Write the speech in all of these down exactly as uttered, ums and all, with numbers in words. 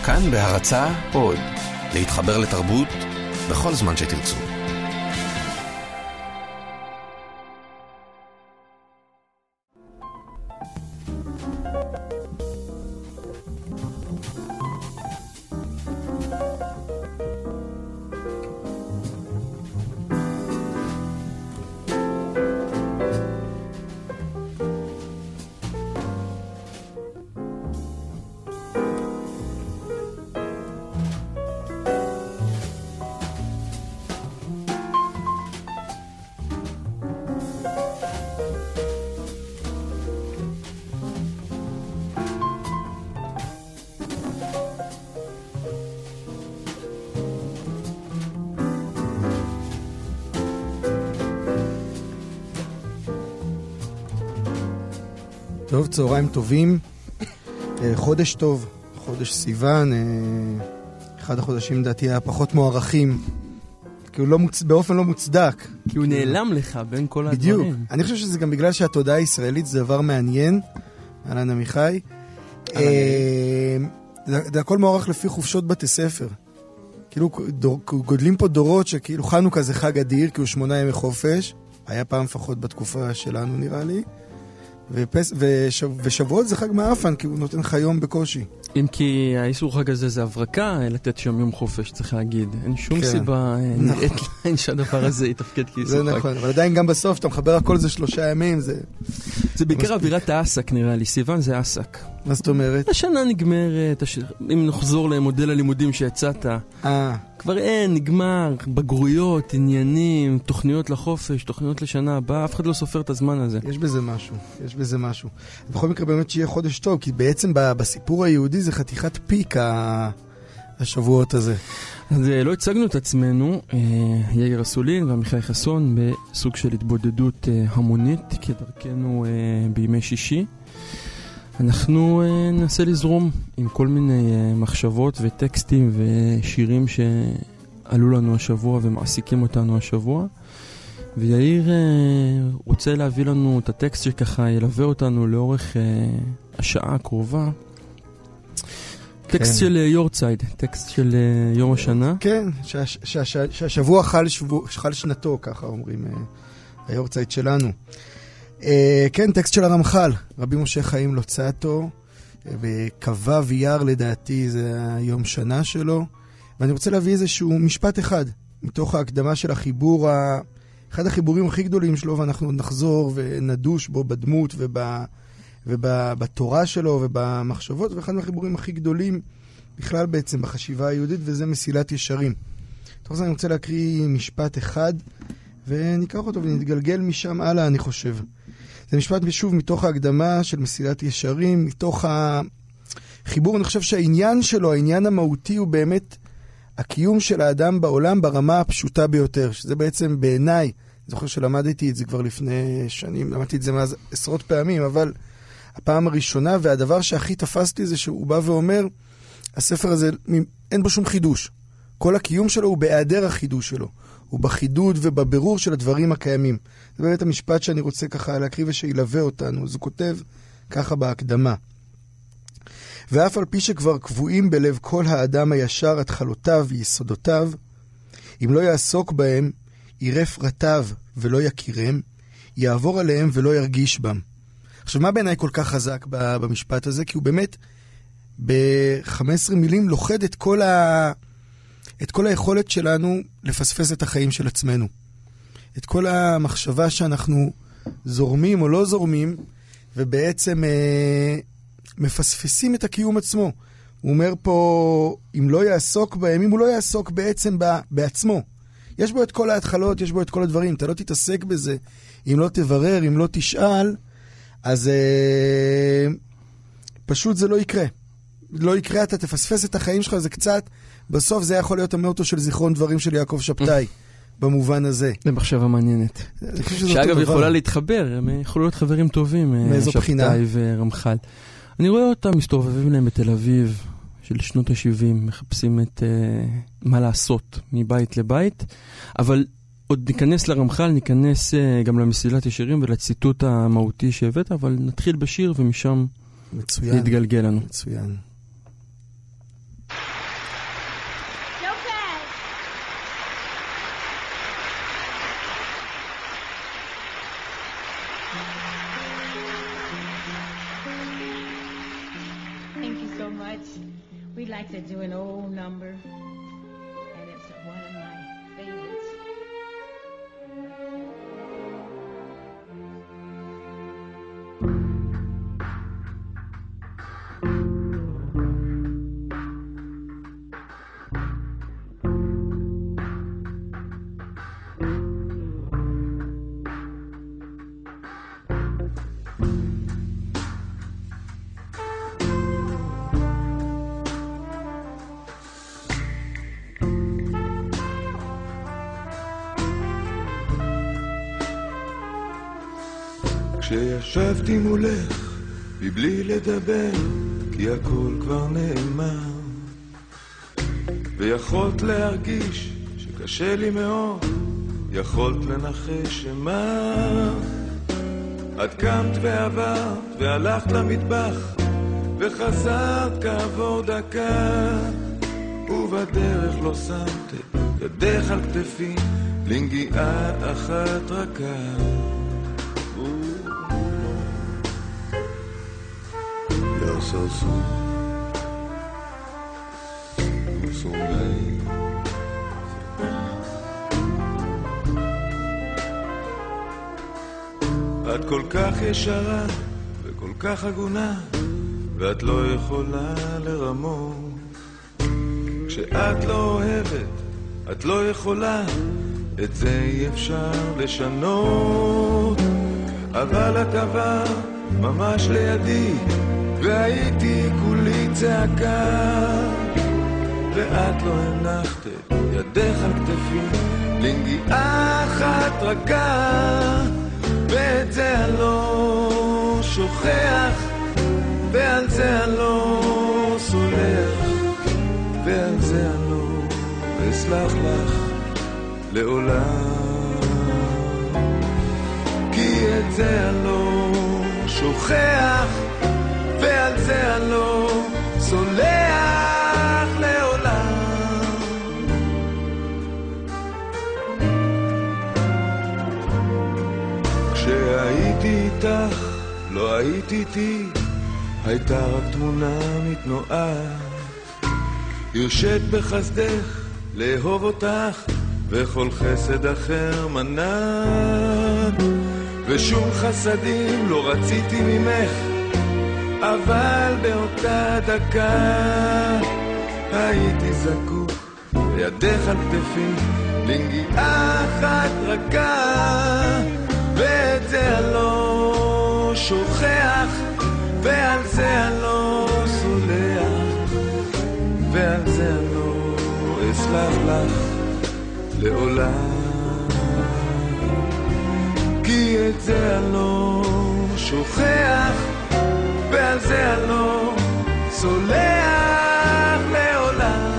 כאן בהרצאה עוד, להתחבר לתרבות בכל זמן שתרצו. טוב, צהריים טובים, חודש טוב, חודש סיוון, אחד החודשים דעתי היה פחות מוערכים, כי הוא לא מוצ... באופן לא מוצדק. כי הוא נעלם לך בין כל הדברים. בדיוק, אני חושב שזה גם בגלל שהתודעה הישראלית זה דבר מעניין, אלן עמיחי, זה הכל מוערך לפי חופשות בתי ספר, כאילו גודלים פה דורות שכאילו חנוכה זה חג אדיר, כי הוא שמונה ימי חופש, היה פעם לפחות בתקופה שלנו נראה לי, ופס... ושב... ושבועות זה חג מאפן, כי הוא נותן לך יום בקושי. אם כי האיסור חג הזה זה הברקה, לתת שם יום חופש, צריך להגיד. אין שום כן. סיבה נראית להן שהדבר הזה יתפקד כאיסור חג. זה נכון, אבל עדיין גם בסוף, אתה מחבר הכל זה שלושה ימים, זה... זה בעיקר אווירת העסק נראה לי, סיוון זה עסק. מה זאת אומרת? השנה נגמרת, הש... אם נחזור למודל הלימודים שיצאת, אה. כבר אין, נגמר, בגרויות, עניינים, תוכניות לחופש, תוכניות לשנה הבאה, אף אחד לא סופר את הזמן הזה. יש בזה משהו, יש בזה משהו. בכל מקרה באמת שיהיה חודש טוב, כי בעצם בסיפור היהודי זה חתיכת פיק השבועות הזה. אז לא הצגנו את עצמנו, יאיר אסולין ועמיחי חסון, בסוג של התבודדות המונית, כדרכנו בימי שישי. אנחנו ננסה לזרום עם כל מיני מחשבות וטקסטים ושירים שעלו לנו השבוע ומעסיקים אותנו השבוע. ויאיר רוצה להביא לנו את הטקסט שככה ילווה אותנו לאורך השעה הקרובה. טקסט של יורצייד, טקסט של יום השנה. כן, שהשבוע חל שנתו, ככה אומרים, היורצייד שלנו. כן, טקסט של הרמח"ל, רבי משה חיים לוצאטו, בקווה ויער לדעתי זה היום שנה שלו, ואני רוצה להביא איזשהו משפט אחד, מתוך ההקדמה של החיבור, אחד החיבורים הכי גדולים שלו, ואנחנו נחזור ונדוש בו בדמות ובתורה שלו ובמחשבות, ואחד מהחיבורים הכי גדולים בכלל בעצם בחשיבה היהודית, וזה מסילת ישרים. תוך זה אני רוצה להקריא משפט אחד, וניקח אותו ונתגלגל משם הלאה, אני חושב. זה משפט שוב מתוך ההקדמה של מסילת ישרים, מתוך החיבור, אני חושב שהעניין שלו, העניין המהותי הוא באמת הקיום של האדם בעולם ברמה הפשוטה ביותר, שזה בעצם בעיניי, אני זוכר שלמדתי את זה כבר לפני שנים, למדתי את זה מאז עשרות פעמים, אבל הפעם הראשונה והדבר שהכי תפסתי זה שהוא בא ואומר, הספר הזה אין בו שום חידוש, כל הקיום שלו הוא בהיעדר החידוש שלו, הוא בחידוד ובברור של הדברים הקיימים. זה באמת המשפט שאני רוצה ככה להקריא ושילווה אותנו. אז הוא כותב ככה בהקדמה. ואף על פי שכבר קבועים בלב כל האדם הישר התחלותיו ויסודותיו, אם לא יעסוק בהם, ירף רטיו ולא יכירם, יעבור עליהם ולא ירגיש בם. עכשיו, מה בעיניי כל כך חזק במשפט הזה? כי הוא באמת ב-חמש עשרה מילים לוחד את כל ה... את כל היכולת שלנו לפספס את החיים של עצמנו. את כל המחשבה שאנחנו זורמים או לא זורמים, ובעצם אה, מפספסים את הקיום עצמו. הוא אומר פה, אם לא יעסוק בהם, אם הוא לא יעסוק בעצם ב, בעצמו. יש בו את כל ההתחלות, יש בו את כל הדברים. אתה לא תתעסק בזה. אם לא תברר, אם לא תשאל, אז אה, פשוט זה לא יקרה. לא יקרה, אתה תפספס את החיים שלך, זה קצת... בסוף זה יכול להיות המוטו של זיכרון דברים של יעקב שבתאי, במובן הזה. זה מחשבה מעניינת. שאגב יכולה להתחבר, הם יכולו להיות חברים טובים, שבתאי ורמח"ל. אני רואה אותם מסתובבים להם בתל אביב, של שנות ה-שבעים, מחפשים את מה לעשות מבית לבית, אבל עוד ניכנס לרמח"ל, ניכנס גם למסילת ישרים ולציטוט המהותי שהבאת, אבל נתחיל בשיר ומשם נתגלגל לנו. מצוין. much. We'd like to do an old number, and it's one of my favorites. כשישבתי מולך מבלי לדבר, כי הכל כבר נאמר, ויכולת להרגיש שקשה לי מאוד, יכולת לנחש שמה. את קמת ועברת והלכת למטבח וחזרת כעבור דקה, ובדרך לא שמת ידך על כתפי לנגיעה אחת רכה. You're so sweet, you're so late. את כל כך ישרה וכל כך הגונה, ואת לא יכולה לרמות. כשאת לא אוהבת, את לא יכולה, את זה אי אפשר לשנות. אבל את עבר ממש לידי, והייתי כולי צעקה, ואת לא הנחת ידך על כתפי לנגיעה אחת רכה, ואת זה אני לא שוכח, ועל זה אני לא סולח, ועל זה אני לא אסלח לך לעולם, כי את זה אני לא שוכח, ועל זה אני לא סולח לעולם. כשהייתי איתך לא הייתי איתי, הייתה רק תמונה מתנועה, הרשית בחסדך לאהוב אותך וכל חסד אחר מנע, ושום חסדים לא רציתי ממך, אבל באותה דקה הייתי זקוק לידך על כתפי לנגיעה אחת רכה, ואת זה אני לא שוכח, ועל זה אני לא סולח, ועל זה אני לא אסלח לך לעולם, כי את זה אני לא שוכח, ועל זה אני לא סולח לעולם.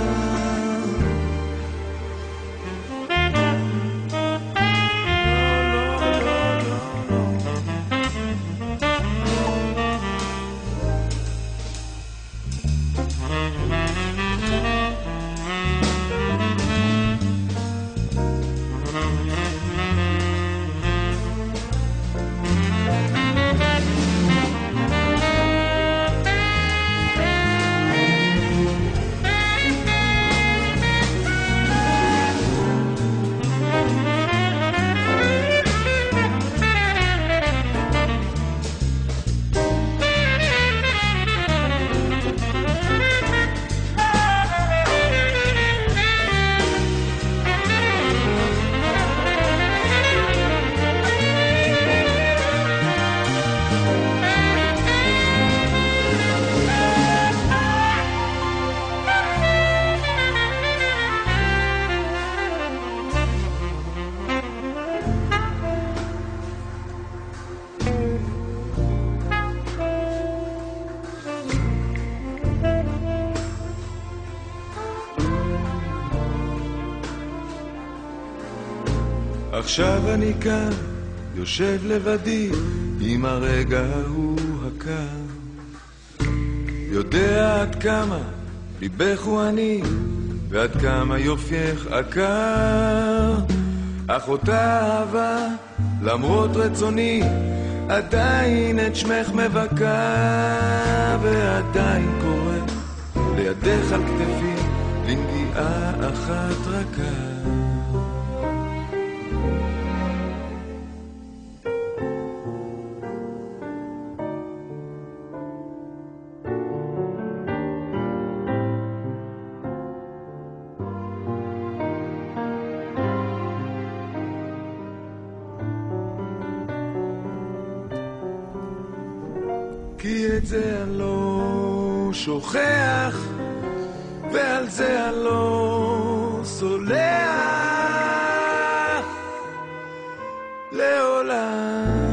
עכשיו אני כאן, יושב לבדי, עם הרגע ההוא הקר. יודע עד כמה ליבך הוא עני, ועד כמה יופייך עקר. אך אותה אהבה, למרות רצוני, עדיין את שמך מבקה, ועדיין קורא ידך על כתפי לנגיעה אחת רכה. כי את זה אני לא שוכח, ועל זה אני לא סולח לעולם.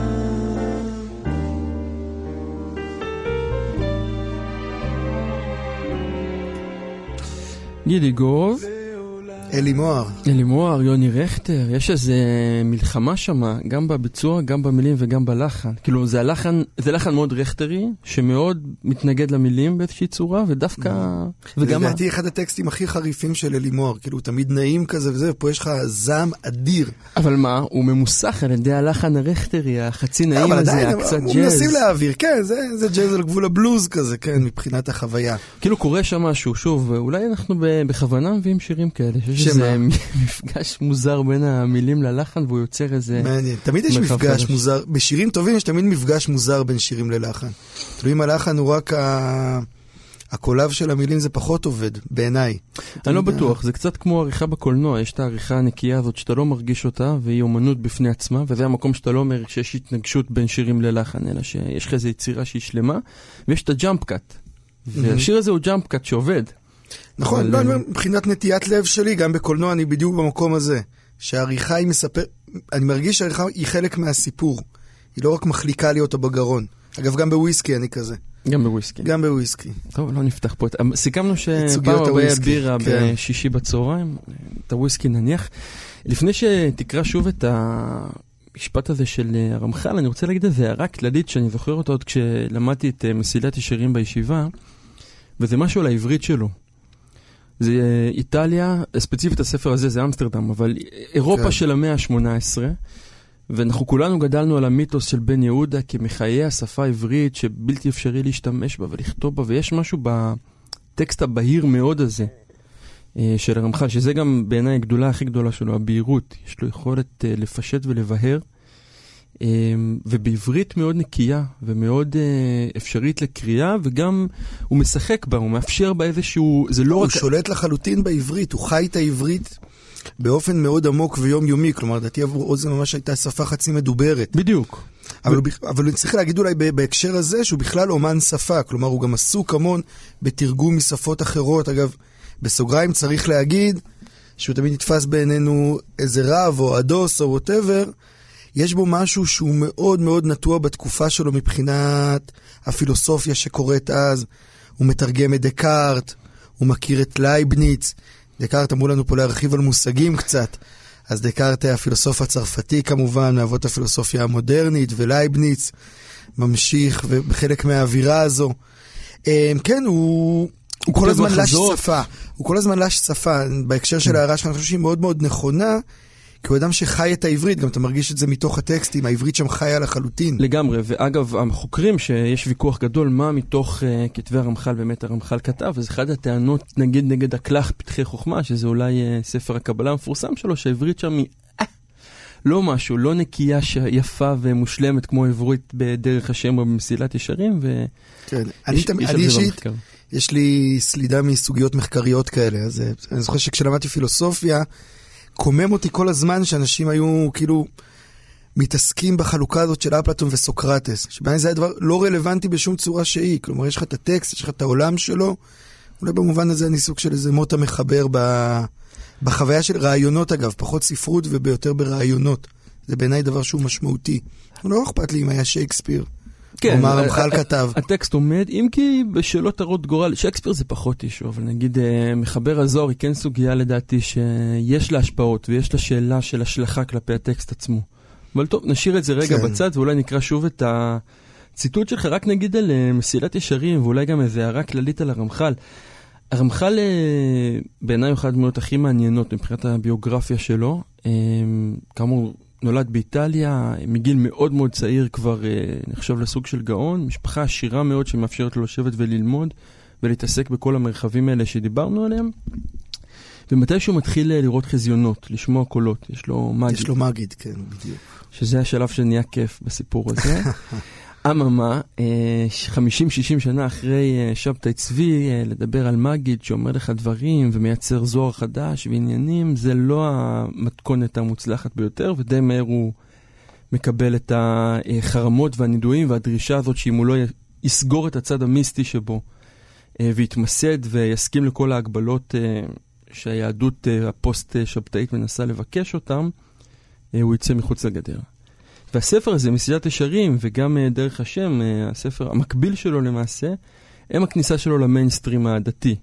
גידי גוב, אלי מוהר. אלי מוהר, יוני רכטר, יש איזה מלחמה שמה, גם בביצוע, גם במילים וגם בלחן. כאילו זה הלחן, זה לחן מאוד רכטרי, שמאוד מתנגד למילים באיזושהי צורה, ודווקא... וגם לדעתי אחד הטקסטים הכי חריפים של אלי מוהר, כאילו הוא תמיד נעים כזה וזה, ופה יש לך זעם אדיר. אבל מה, הוא ממוסך על ידי הלחן הרכטרי, החצי נעים הזה, הקצת ג'אז. הוא מנסים להעביר, כן, זה ג'אז על גבול הבלוז כזה, כן, מבחינת החוויה. כאילו קורה שם משהו, שוב, אולי אנחנו בכוונה מביאים שירים כאלה, שיש איזה מפגש מוזר בין המילים ללחן, והוא יוצר איזה... מעניין, תמיד יש מפגש מוזר, בשירים טובים יש תמיד מפגש מוזר בין שירים ללחן. תלוי אם הלחן הוא רק הקולב של המילים, זה פחות עובד, בעיניי. אני לא בטוח, זה קצת כמו עריכה בקולנוע, יש את העריכה הנקייה הזאת שאתה לא מרגיש אותה, והיא אומנות בפני עצמה, וזה המקום שאתה לא אומר שיש התנגשות בין שירים ללחן, אלא שיש לך איזו יצירה שהיא שלמה, ויש את הג'אמפ קאט. והשיר הזה הוא ג'אמפ קאט שעובד. נכון, לא, מבחינת נטיית לב שלי, גם בקולנוע אני בדיוק במקום הזה, שהעריכה היא מספר, אני מרגיש שהעריכה היא חלק מהסיפור, היא לא רק מחליקה לי אותו בגרון. אגב, גם בוויסקי אני כזה. גם בוויסקי. גם בוויסקי. טוב, לא נפתח פה. סיכמנו שפעם הרבה בירה בשישי בצהריים, את הוויסקי נניח. לפני שתקרא שוב את המשפט הזה של הרמח"ל, אני רוצה להגיד איזה הערה כללית שאני זוכר אותה עוד כשלמדתי את מסילת ישרים בישיבה, וזה משהו על העברית שלו. זה איטליה, ספציפית הספר הזה זה אמסטרדם, אבל אירופה של המאה ה-שמונה עשרה, ואנחנו כולנו גדלנו על המיתוס של בן יהודה כמחיי השפה העברית שבלתי אפשרי להשתמש בה ולכתוב בה, ויש משהו בטקסט הבהיר מאוד הזה של הרמח"ל, שזה גם בעיניי הגדולה הכי גדולה שלו, הבהירות. יש לו יכולת לפשט ולבהר, ובעברית מאוד נקייה ומאוד אפשרית לקריאה, וגם הוא משחק בה, הוא מאפשר בה איזשהו... זה לא הוא רק... שולט לחלוטין בעברית, הוא חי את העברית באופן מאוד עמוק ויומיומי, כלומר, דעתי עבור עוד זה ממש הייתה שפה חצי מדוברת. בדיוק. אבל, ו... אבל אני צריך להגיד אולי בהקשר הזה שהוא בכלל אומן שפה, כלומר הוא גם עסוק המון בתרגום משפות אחרות. אגב, בסוגריים צריך להגיד שהוא תמיד נתפס בעינינו איזה רב או אדוס או whatever, יש בו משהו שהוא מאוד מאוד נטוע בתקופה שלו מבחינת הפילוסופיה שקורית אז. הוא מתרגם את דקארט, הוא מכיר את לייבניץ. דקארט אמרו לנו פה להרחיב על מושגים קצת. אז דקארט היה הפילוסוף הצרפתי כמובן, מאבות הפילוסופיה המודרנית, ולייבניץ ממשיך בחלק מהאווירה הזו. כן, הוא, הוא כל הזמן לש שפה. הוא כל הזמן לש שפה. בהקשר של ההערה שלך, אני חושב שהיא מאוד מאוד נכונה, כי הוא אדם שחי את העברית, גם אתה מרגיש את זה מתוך הטקסטים, העברית שם חיה לחלוטין. לגמרי, ואגב, החוקרים שיש ויכוח גדול, מה מתוך uh, כתבי הרמח"ל באמת הרמח"ל כתב, אז אחד הטענות נגיד נגד הכלך פתחי חוכמה, שזה אולי uh, ספר הקבלה המפורסם שלו, שהעברית שם היא אה, לא משהו, לא נקייה יפה ומושלמת כמו העברית בדרך השם או במסילת ישרים, ו... כן, אני, יש, יש, אני אישית, יש לי סלידה מסוגיות מחקריות כאלה, אז אני זוכר שכשלמדתי פילוסופיה, קומם אותי כל הזמן שאנשים היו כאילו מתעסקים בחלוקה הזאת של אפלטון וסוקרטס, שבעיניי זה היה דבר לא רלוונטי בשום צורה שהיא. כלומר, יש לך את הטקסט, יש לך את העולם שלו, אולי במובן הזה אני סוג של איזה מוטה מחבר בחוויה של רעיונות, אגב, פחות ספרות וביותר ברעיונות. זה בעיניי דבר שהוא משמעותי. לא אכפת לי אם היה שייקספיר. כן, מה הרמח"ל כתב. הטקסט עומד, אם כי בשאלות הרות גורל, שייקספיר זה פחות אישו, אבל נגיד מחבר הזוהר היא כן סוגיה לדעתי שיש לה השפעות, ויש לה שאלה של השלכה כלפי הטקסט עצמו. אבל טוב, נשאיר את זה רגע בצד, ואולי נקרא שוב את הציטוט שלך, רק נגיד על מסילת ישרים, ואולי גם איזה הערה כללית על הרמח"ל. הרמח"ל בעיניי הוא אחד הדמויות הכי מעניינות מבחינת הביוגרפיה שלו, כאמור, נולד באיטליה, מגיל מאוד מאוד צעיר כבר נחשב לסוג של גאון, משפחה עשירה מאוד שמאפשרת לו לשבת וללמוד, ולהתעסק בכל המרחבים האלה שדיברנו עליהם. ומתי שהוא מתחיל לראות חזיונות, לשמוע קולות, יש לו מגיד. יש לו מגיד, כן, בדיוק. שזה השלב שנהיה כיף בסיפור הזה. אממה, חמישים שישים שנה אחרי שבתאי צבי, לדבר על מגיד שאומר לך דברים ומייצר זוהר חדש ועניינים, זה לא המתכונת המוצלחת ביותר, ודי מהר הוא מקבל את החרמות והנידויים והדרישה הזאת שאם הוא לא יסגור את הצד המיסטי שבו, ויתמסד ויסכים לכל ההגבלות שהיהדות הפוסט שבתאית מנסה לבקש אותם, הוא יצא מחוץ לגדר. והספר הזה, מסילת ישרים, וגם דרך השם, הספר המקביל שלו למעשה, הם הכניסה שלו למיינסטרים הדתי.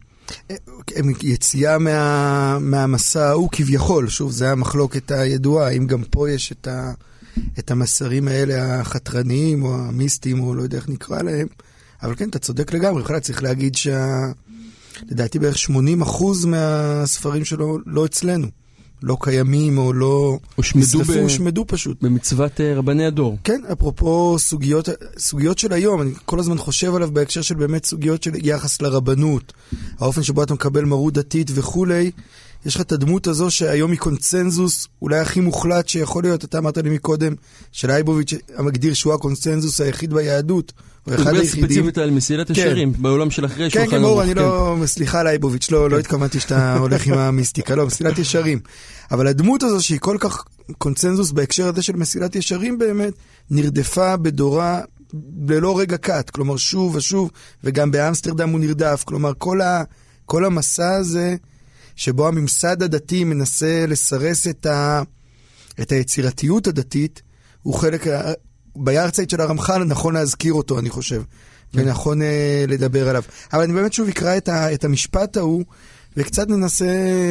הם יציאה מה, מהמסע ההוא כביכול, שוב, זה המחלוקת הידועה, אם גם פה יש את, ה, את המסרים האלה החתרניים, או המיסטיים, או לא יודע איך נקרא להם, אבל כן, אתה צודק לגמרי, בכלל צריך להגיד שה... לדעתי בערך שמונים אחוז מהספרים שלו לא אצלנו. לא קיימים או לא... הושמדו, ב... הושמדו פשוט. במצוות רבני הדור. כן, אפרופו סוגיות, סוגיות של היום, אני כל הזמן חושב עליו בהקשר של באמת סוגיות של יחס לרבנות, האופן שבו אתה מקבל מרות דתית וכולי, יש לך את הדמות הזו שהיום היא קונצנזוס, אולי הכי מוחלט שיכול להיות, אתה אמרת לי מקודם, של אייבוביץ' המגדיר שהוא הקונצנזוס היחיד ביהדות, הוא אחד היחידים. ספציפית על מסילת ישרים, בעולם של אחרי שולחן ערוך. כן, כן, מור, אני לא, סליחה על אייבוביץ', לא התכוונתי שאתה הולך עם המיסטיקה, לא, מסילת ישרים. אבל הדמות הזו שהיא כל כך קונצנזוס בהקשר הזה של מסילת ישרים באמת, נרדפה בדורה ללא רגע קט, כלומר שוב ושוב, וגם באמסטרדם הוא נרדף, כלומר כל, ה, כל המסע הזה, שבו הממסד הדתי מנסה לסרס את, ה, את היצירתיות הדתית, הוא חלק, ביארצייט של הרמח"ל נכון להזכיר אותו, אני חושב, ונכון אה, לדבר עליו. אבל אני באמת שוב אקרא את, ה, את המשפט ההוא, וקצת ננסה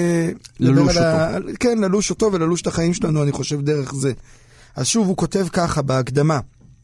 לדבר על ה... כן, ללוש אותו וללוש את החיים שלנו, אני חושב, דרך זה. אז שוב, הוא כותב ככה, בהקדמה,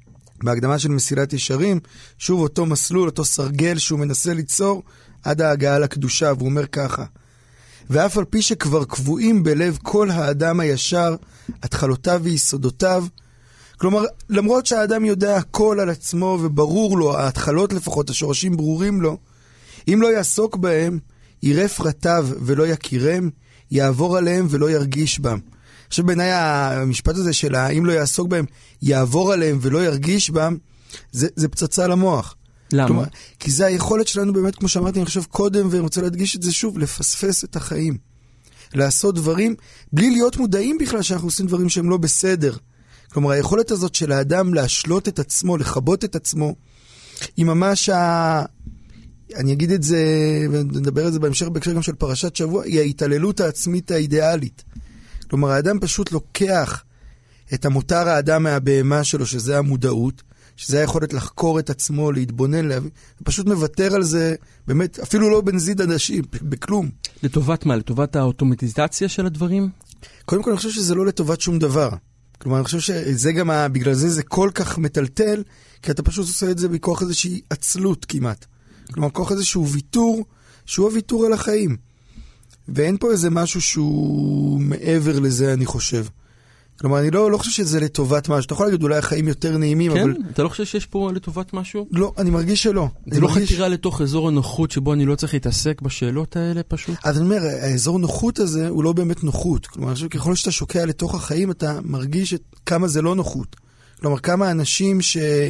בהקדמה של מסילת ישרים, שוב אותו מסלול, אותו סרגל שהוא מנסה ליצור, עד ההגעה לקדושה, והוא אומר ככה, ואף על פי שכבר קבועים בלב כל האדם הישר, התחלותיו ויסודותיו, כלומר, למרות שהאדם יודע הכל על עצמו וברור לו, ההתחלות לפחות, השורשים ברורים לו, אם לא יעסוק בהם, יראה פרטיו ולא יכירם, יעבור עליהם ולא ירגיש בם. עכשיו בעיניי המשפט הזה של אם לא יעסוק בהם, יעבור עליהם ולא ירגיש בם, זה, זה פצצה למוח. למה? כלומר, כי זה היכולת שלנו באמת, כמו שאמרתי, אני חושב קודם, ואני רוצה להדגיש את זה שוב, לפספס את החיים. לעשות דברים, בלי להיות מודעים בכלל שאנחנו עושים דברים שהם לא בסדר. כלומר, היכולת הזאת של האדם להשלות את עצמו, לחבות את עצמו, היא ממש ה... אני אגיד את זה, ונדבר על זה בהמשך, בהקשר גם של פרשת שבוע, היא ההתעללות העצמית האידיאלית. כלומר, האדם פשוט לוקח את המותר האדם מהבהמה שלו, שזה המודעות, שזה היכולת לחקור את עצמו, להתבונן, להבין, ופשוט מוותר על זה, באמת, אפילו לא בנזיד אנשים, בכלום. לטובת מה? לטובת האוטומטיזציה של הדברים? קודם כל, אני חושב שזה לא לטובת שום דבר. כלומר, אני חושב שזה גם, בגלל זה זה כל כך מטלטל, כי אתה פשוט עושה את זה בכוח איזושהי עצלות כמעט. כלומר, כוח איזשהו ויתור, שהוא הוויתור על החיים. ואין פה איזה משהו שהוא מעבר לזה, אני חושב. כלומר, אני לא, לא חושב שזה לטובת משהו. אתה יכול להגיד, אולי החיים יותר נעימים, כן? אבל... כן? אתה לא חושב שיש פה לטובת משהו? לא, אני מרגיש שלא. זה לא מרגיש... חתירה לתוך אזור הנוחות, שבו אני לא צריך להתעסק בשאלות האלה פשוט? אז אני אומר, האזור נוחות הזה הוא לא באמת נוחות. כלומר, אני חושב, ככל שאתה שוקע לתוך החיים, אתה מרגיש את... כמה זה לא נוחות. כלומר, כמה אנשים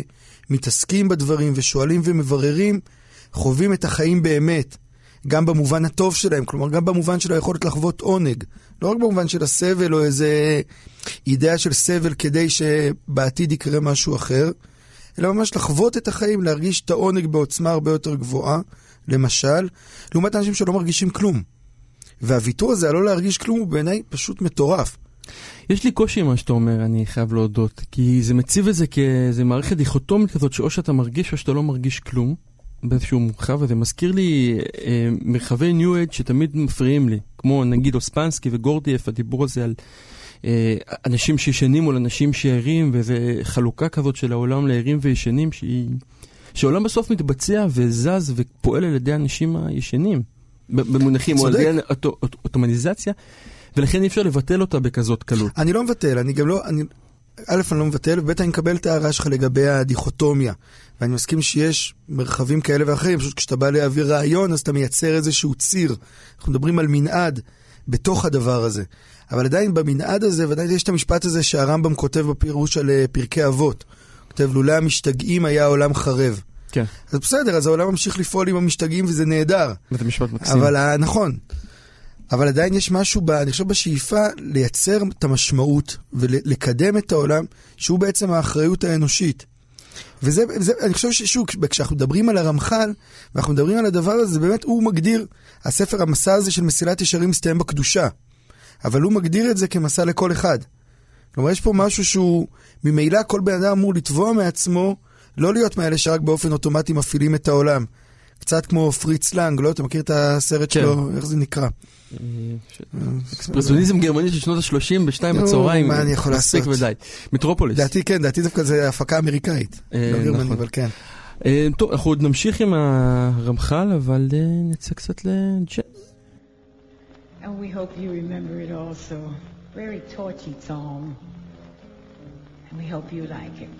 שמתעסקים בדברים ושואלים ומבררים, חווים את החיים באמת, גם במובן הטוב שלהם, כלומר גם במובן של היכולת לחוות עונג, לא רק במובן של הסבל או איזה אידאה של סבל כדי שבעתיד יקרה משהו אחר, אלא ממש לחוות את החיים, להרגיש את העונג בעוצמה הרבה יותר גבוהה, למשל, לעומת אנשים שלא מרגישים כלום. והוויתור הזה, הלא להרגיש כלום, הוא בעיניי פשוט מטורף. יש לי קושי מה שאתה אומר, אני חייב להודות, כי זה מציב את זה כאיזה מערכת דיכוטומית כזאת, שאו שאתה מרגיש או שאתה לא מרגיש כלום, באיזשהו מורחב, וזה מזכיר לי אה, מרחבי ניו אייג' שתמיד מפריעים לי, כמו נגיד אוספנסקי וגורדייף, הדיבור הזה על אה, אנשים שישנים או אנשים שערים, וזה חלוקה כזאת של העולם לערים וישנים, שהיא, שהעולם בסוף מתבצע וזז ופועל על ידי אנשים הישנים, במונחים, או על ידי אוטומטיזציה, ולכן אי אפשר לבטל אותה בכזאת קלות. אני לא מבטל, אני גם לא... אני... א', אני לא מבטל, וב', אני מקבל את ההערה שלך לגבי הדיכוטומיה. ואני מסכים שיש מרחבים כאלה ואחרים, פשוט כשאתה בא להעביר רעיון, אז אתה מייצר איזשהו ציר. אנחנו מדברים על מנעד בתוך הדבר הזה. אבל עדיין במנעד הזה, ועדיין יש את המשפט הזה שהרמב"ם כותב בפירוש על פרקי אבות. הוא כותב, לולא המשתגעים היה העולם חרב. כן. אז בסדר, אז העולם ממשיך לפעול עם המשתגעים, וזה נהדר. וזה משפט מקסים. אבל, נכון. אבל עדיין יש משהו, ב, אני חושב, בשאיפה לייצר את המשמעות ולקדם את העולם, שהוא בעצם האחריות האנושית. וזה, זה, אני חושב ששוב, כשאנחנו מדברים על הרמח"ל, ואנחנו מדברים על הדבר הזה, זה באמת, הוא מגדיר, הספר, המסע הזה של מסילת ישרים מסתיים בקדושה. אבל הוא מגדיר את זה כמסע לכל אחד. כלומר, יש פה משהו שהוא, ממילא כל בן אדם אמור לתבוע מעצמו, לא להיות מאלה שרק באופן אוטומטי מפעילים את העולם. קצת כמו פריץ לנג, לא? אתה מכיר את הסרט שלו? איך זה נקרא? אקספרסיוניזם גרמני של שנות ה-שלושים, בשתיים בצהריים. מה אני יכול לעשות? מטרופוליס. דעתי כן, דעתי דווקא זה הפקה אמריקאית. לא גרמני, אבל כן. טוב, אנחנו עוד נמשיך עם הרמח"ל, אבל נצא קצת לג'אז. And we hope you remember it also. Very torchy song. And we hope you like it.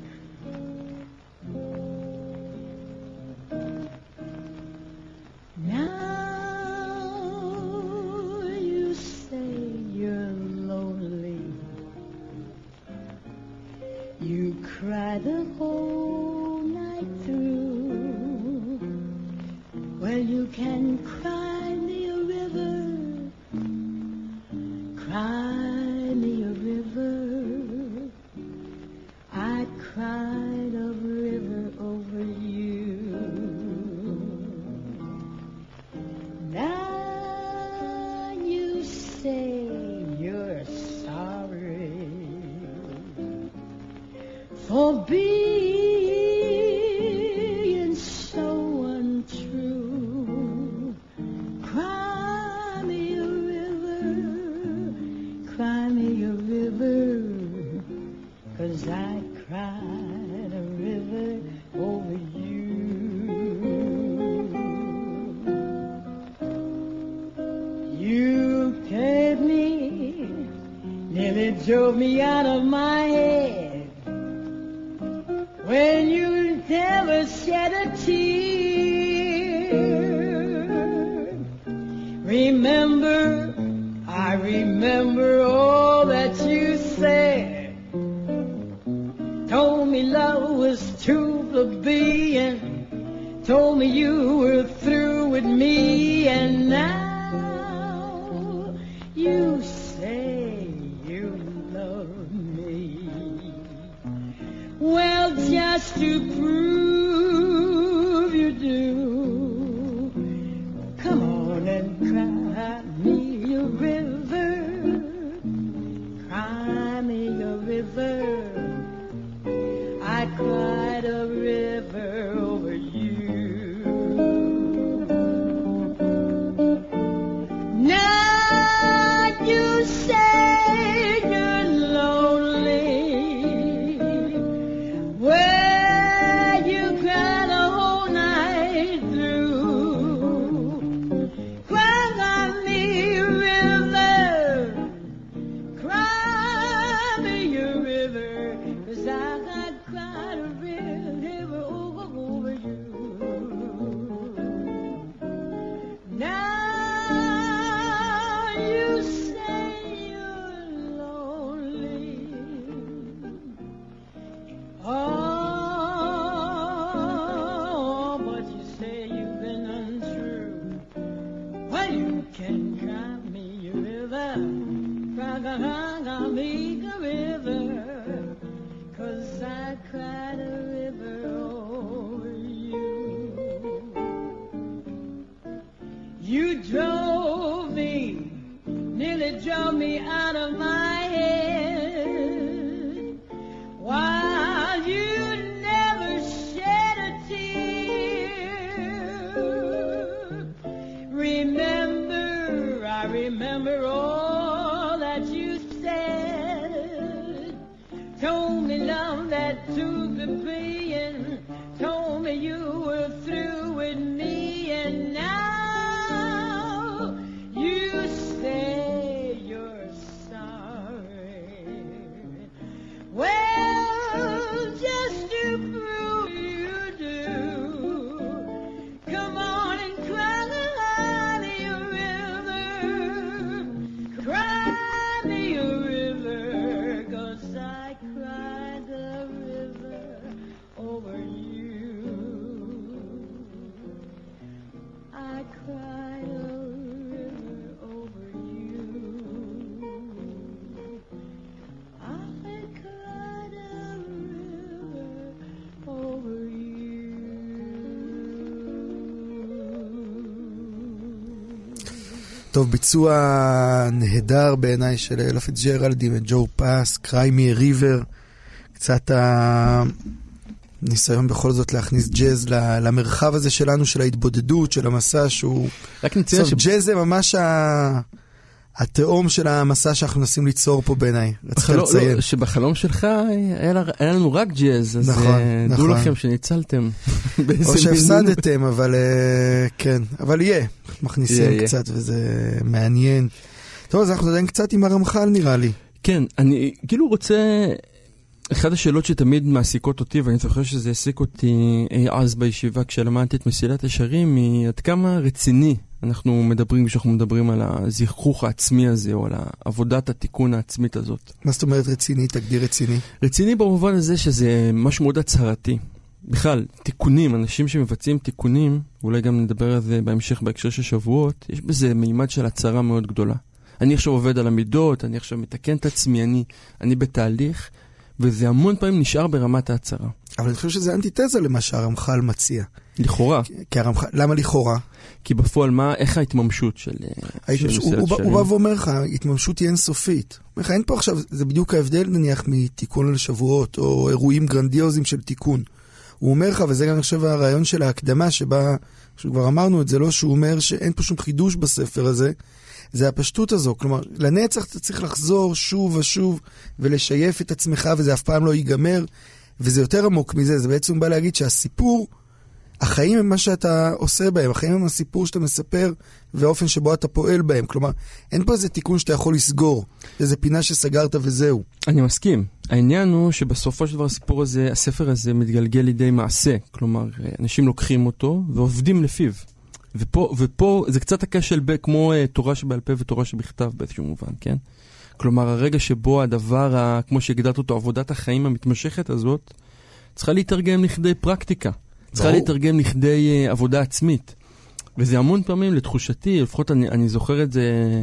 Now you say you're lonely. You cry the whole night through. Well, you can cry me a river. Cry me a river. I cried a river over you. Now you say you're sorry for being so untrue. Cry me a river, cry me a river, 'cause I cried a river over you. You gave me, nearly drove me out of my head, when you never shed a tear. Remember, I remember all that you said. Told me love was too plebeian. Told me you were through with me, and now you say you love me. Well, just to prove you do, come on and cry me a river. Cry me a river. I cried a river over you. Now you say you're lonely. Well, you cried a whole night through. Cry me a river. Cry me a river, 'cause I got cried a river over, over you. Now you say you're lonely. Oh, but you say you've been untrue. Well, you can cry me a river. Cry, cry, cry, cry me a river. 'Cause I cried a river over you. You drove me, nearly drove me out of my head, while you never shed a tear. Remember, I remember all that you said. Told me love that took the pain. Told me you were through with me, and now you say you're sorry. Well, טוב, ביצוע נהדר בעיניי של אלה פיצ'ג'רלד עם ג'ו פאס, Cry Me a River, קצת הניסיון בכל זאת להכניס ג'אז למרחב הזה שלנו, של ההתבודדות, של המסע שהוא... רק נציין ש... ג'אז זה ממש ה... התאום של המסע שאנחנו מנסים ליצור פה בעיניי. רצית לציין. לא, שבחלום שלך היה, היה לנו רק ג'אז, אז נכון, דעו נכון. לכם שניצלתם. או שהפסדתם, אבל כן, אבל יהיה. מכניסים יהיה, קצת יהיה. וזה מעניין. טוב, אז אנחנו עדיין קצת עם הרמח"ל נראה לי. כן, אני כאילו רוצה... אחת השאלות שתמיד מעסיקות אותי, ואני זוכר שזה העסיק אותי אז בישיבה כשלמדתי את מסילת ישרים, היא עד כמה רציני אנחנו מדברים, כשאנחנו מדברים על הזיכוך העצמי הזה, או על עבודת התיקון העצמית הזאת. מה זאת אומרת רציני? תגדיר רציני. רציני במובן הזה שזה משהו מאוד הצהרתי. בכלל, תיקונים, אנשים שמבצעים תיקונים, אולי גם נדבר על זה בהמשך בהקשר של שבועות, יש בזה מימד של הצהרה מאוד גדולה. אני עכשיו עובד על המידות, אני עכשיו מתקן את עצמי, אני, אני בתהליך, וזה המון פעמים נשאר ברמת ההצהרה. אבל אני חושב שזה אנטיתזה למה שהרמח"ל מציע. לכאורה. כי הרמח"ל, למה לכאורה? כי בפועל מה, איך ההתממשות של... ההתממשות, הוא, הוא, הוא בא ואומר לך, התממשות היא אינסופית. אומר לך, אין פה עכשיו, זה בדיוק ההבדל נניח מתיקון לשבועות, או אירועים גרנדיוזיים של תיקון. הוא אומר לך, וזה גם אני חושב הרעיון של ההקדמה, שבה, שכבר אמרנו את זה, לא, שהוא אומר שאין פה שום חידוש בספר הזה, זה הפשטות הזו, כלומר, לנצח אתה צריך לחזור שוב ושוב ולשייף את עצמך, וזה אף פעם לא ייגמר, וזה יותר עמוק מזה, זה בעצם בא להגיד שהסיפור, החיים הם מה שאתה עושה בהם, החיים הם הסיפור שאתה מספר, והאופן שבו אתה פועל בהם, כלומר, אין פה איזה תיקון שאתה יכול לסגור, איזה פינה שסגרת וזהו. אני מסכים. העניין הוא שבסופו של דבר הסיפור הזה, הספר הזה מתגלגל לידי מעשה, כלומר, אנשים לוקחים אותו ועובדים לפיו. ופה, ופה זה קצת הקשר ב, כמו uh, תורה שבעל פה ותורה שבכתב באיזשהו מובן, כן? כלומר, הרגע שבו הדבר, ה, כמו שהגדרת אותו, עבודת החיים המתמשכת הזאת, צריכה להתרגם לכדי פרקטיקה. צריכה להתרגם לכדי uh, עבודה עצמית. וזה המון פעמים לתחושתי, לפחות אני, אני זוכר את זה,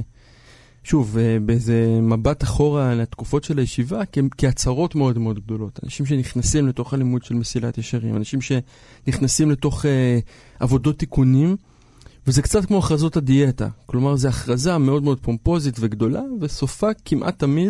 שוב, uh, באיזה מבט אחורה לתקופות של הישיבה, כהצהרות מאוד מאוד גדולות. אנשים שנכנסים לתוך הלימוד של מסילת ישרים, אנשים שנכנסים לתוך uh, עבודות תיקונים, וזה קצת כמו הכרזות הדיאטה. כלומר, זו הכרזה מאוד מאוד פומפוזית וגדולה, וסופה כמעט תמיד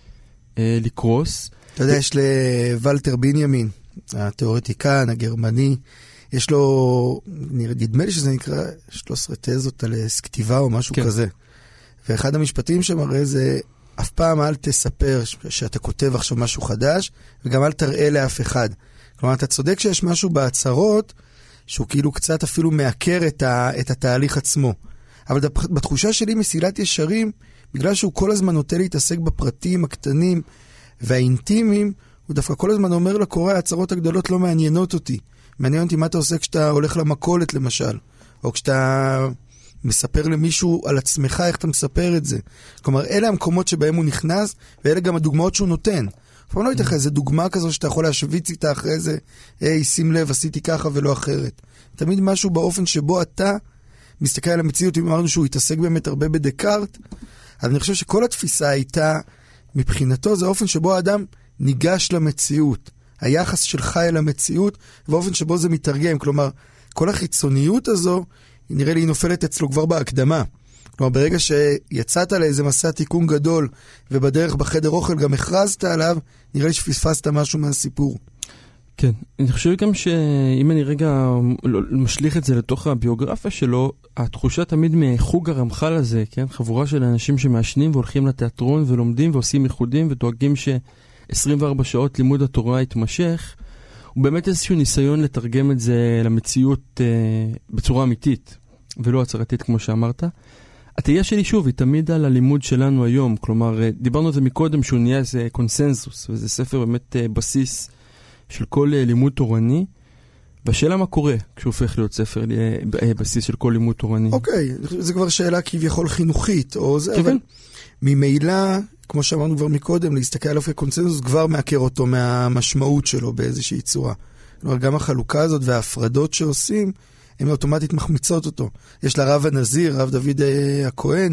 אה, לקרוס. אתה יודע, יש לוולטר בנימין, התיאורטיקן הגרמני, יש לו, נדמה לי שזה נקרא שלוש עשרה תזות על כתיבה או משהו כן. כזה. ואחד המשפטים שמראה זה, אף פעם אל תספר שאתה כותב עכשיו משהו חדש, וגם אל תראה לאף אחד. כלומר, אתה צודק שיש משהו בהצהרות, שהוא כאילו קצת אפילו מעקר את, ה, את התהליך עצמו. אבל בתחושה שלי מסילת ישרים, בגלל שהוא כל הזמן נוטה להתעסק בפרטים הקטנים והאינטימיים, הוא דווקא כל הזמן אומר לקורא, ההצהרות הגדולות לא מעניינות אותי. מעניין אותי מה אתה עושה כשאתה הולך למכולת למשל, או כשאתה מספר למישהו על עצמך, איך אתה מספר את זה. כלומר, אלה המקומות שבהם הוא נכנס, ואלה גם הדוגמאות שהוא נותן. אבל לא יתכן, איזו דוגמה כזו שאתה יכול להשוויץ איתה אחרי זה, היי, שים לב, עשיתי ככה ולא אחרת. תמיד משהו באופן שבו אתה מסתכל על המציאות, אם אמרנו שהוא התעסק באמת הרבה בדקארט, אז אני חושב שכל התפיסה הייתה, מבחינתו, זה האופן שבו האדם ניגש למציאות. היחס שלך אל המציאות, ואופן שבו זה מתרגם. כלומר, כל החיצוניות הזו, נראה לי היא נופלת אצלו כבר בהקדמה. כלומר, ברגע שיצאת לאיזה מסע תיקון גדול, ובדרך בחדר אוכל גם הכרזת עליו, נראה לי שפספסת משהו מהסיפור. כן, אני חושב גם שאם אני רגע משליך את זה לתוך הביוגרפיה שלו, התחושה תמיד מחוג הרמח"ל הזה, כן? חבורה של אנשים שמעשנים והולכים לתיאטרון ולומדים ועושים ייחודים ודואגים ש-עשרים וארבע שעות לימוד התורה יתמשך, הוא באמת איזשהו ניסיון לתרגם את זה למציאות אה, בצורה אמיתית, ולא הצהרתית כמו שאמרת. התהייה שלי שוב היא תמיד על הלימוד שלנו היום, כלומר דיברנו על זה מקודם שהוא נהיה איזה קונסנזוס, וזה ספר באמת אה, בסיס של כל אה, לימוד תורני, והשאלה מה קורה כשהוא הופך להיות ספר אה, בסיס של כל לימוד תורני. אוקיי, זה כבר שאלה כביכול חינוכית, או זה, אבל ממילא, כמו שאמרנו כבר מקודם, להסתכל עליו כקונסנזוס כבר מעקר אותו מהמשמעות שלו באיזושהי צורה. כלומר, גם החלוקה הזאת וההפרדות שעושים, הן אוטומטית מחמיצות אותו. יש לרב הנזיר, רב דוד הכהן,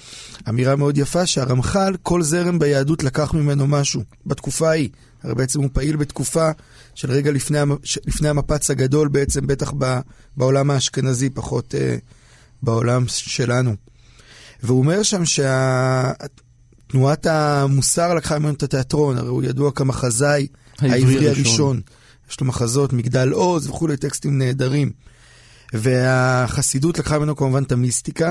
אמירה מאוד יפה שהרמח"ל, כל זרם ביהדות לקח ממנו משהו, בתקופה ההיא. הרי בעצם הוא פעיל בתקופה של רגע לפני, לפני המפץ הגדול, בעצם בטח בעולם האשכנזי, פחות בעולם שלנו. והוא אומר שם שתנועת המוסר לקחה ממנו את התיאטרון, הרי הוא ידוע כמחזאי העברי הראשון. יש לו מחזות, מגדל עוז וכו', טקסטים נהדרים. והחסידות לקחה ממנו כמובן את המיסטיקה,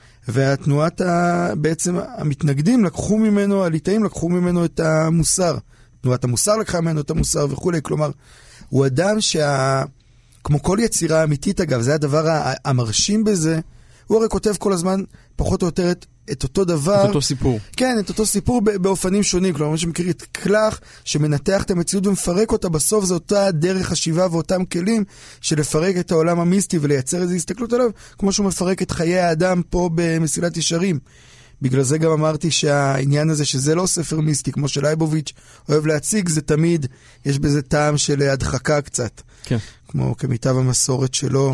והתנועת ה... בעצם המתנגדים לקחו ממנו, הליטאים לקחו ממנו את המוסר. תנועת המוסר לקחה ממנו את המוסר וכו'. כלומר, הוא אדם שה... כמו כל יצירה אמיתית אגב, זה הדבר המרשים בזה, הוא הרי כותב כל הזמן פחות או יותר את, את אותו דבר. את אותו סיפור. כן, את אותו סיפור באופנים שונים. כלומר, מי שמכיר את קלח, שמנתח את המציאות ומפרק אותה, בסוף זה אותה דרך חשיבה ואותם כלים של לפרק את העולם המיסטי ולייצר איזו הסתכלות עליו, כמו שהוא מפרק את חיי האדם פה במסילת ישרים. בגלל זה גם אמרתי שהעניין הזה שזה לא ספר מיסטי, כמו שלייבוביץ' אוהב להציג, זה תמיד, יש בזה טעם של הדחקה קצת. כן. כמו כמיטב המסורת שלו.